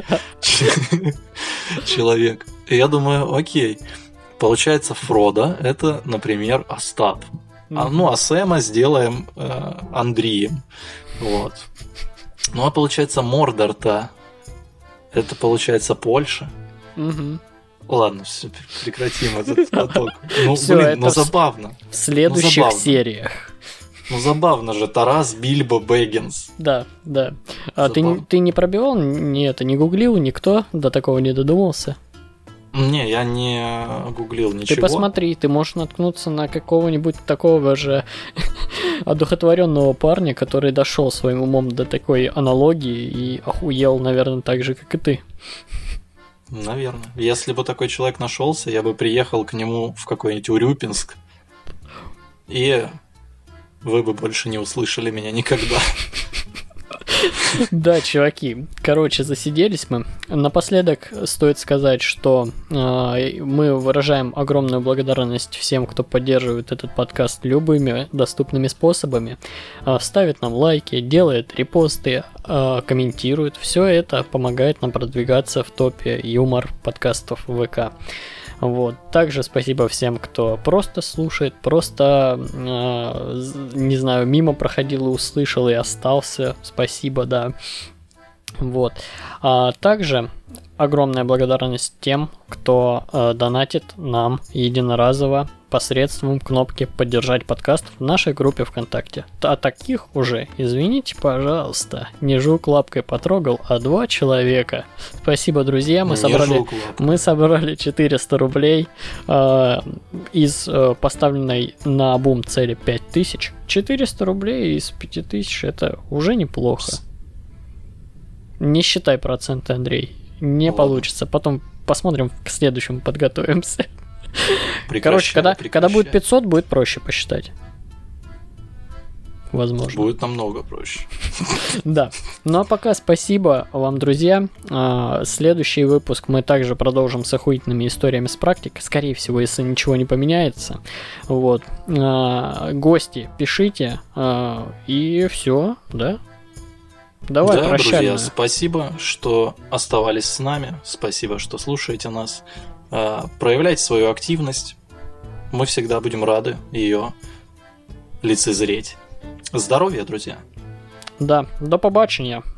человек. И я думаю, окей, получается, Фродо — это, например, Остап. А, ну, а Сэма сделаем э, Андреем. Вот. Ну, а получается, Мордор-то это, получается, Польша. Угу. Ладно, все, прекратим этот поток. Ну, Всё, блин, это ну в... забавно. В следующих ну, забавно. сериях. Ну, забавно же, Тарас Бильбо Бэггинс. Да, да. А ты, ты не пробивал, не это, не гуглил, никто до такого не додумался? Не, я не гуглил ничего. Ты посмотри, ты можешь наткнуться на какого-нибудь такого же одухотворенного парня, который дошел своим умом до такой аналогии и охуел, наверное, так же, как и ты. Наверное. Если бы такой человек нашелся, я бы приехал к нему в какой-нибудь Урюпинск, и вы бы больше не услышали меня никогда. Да, чуваки, короче, засиделись мы. Напоследок стоит сказать, что э, мы выражаем огромную благодарность всем, кто поддерживает этот подкаст любыми доступными способами, э, ставит нам лайки, делает репосты, э, комментирует. Все это помогает нам продвигаться в топе юмор подкастов ВК. Вот. Также спасибо всем, кто просто слушает, просто, э, не знаю, мимо проходил и услышал и остался. Спасибо, да. Вот. А также огромная благодарность тем, кто э, донатит нам единоразово посредством кнопки «Поддержать подкаст» в нашей группе ВКонтакте. А таких уже, извините, пожалуйста, не жук лапкой потрогал, а два человека. Спасибо, друзья, мы, собрали, мы собрали четыреста рублей э, из э, поставленной на бум цели пять тысяч. четыреста рублей из пяти тысяч это уже неплохо. Не считай проценты, Андрей. Не Ладно. Получится. Потом посмотрим, к следующему подготовимся. Прекращай, Короче, когда, прекращай. когда будет пятьсот, будет проще посчитать. Возможно. Будет намного проще. Да. Ну а пока спасибо вам, друзья. Следующий выпуск мы также продолжим с охуительными историями с практики. Скорее всего, если ничего не поменяется. Вот. Гости, пишите. И все, да? Давай, да, прощальную. Друзья, спасибо, что оставались с нами. Спасибо, что слушаете нас. Проявляйте свою активность. Мы всегда будем рады ее лицезреть. Здоровья, друзья. Да, до побачення.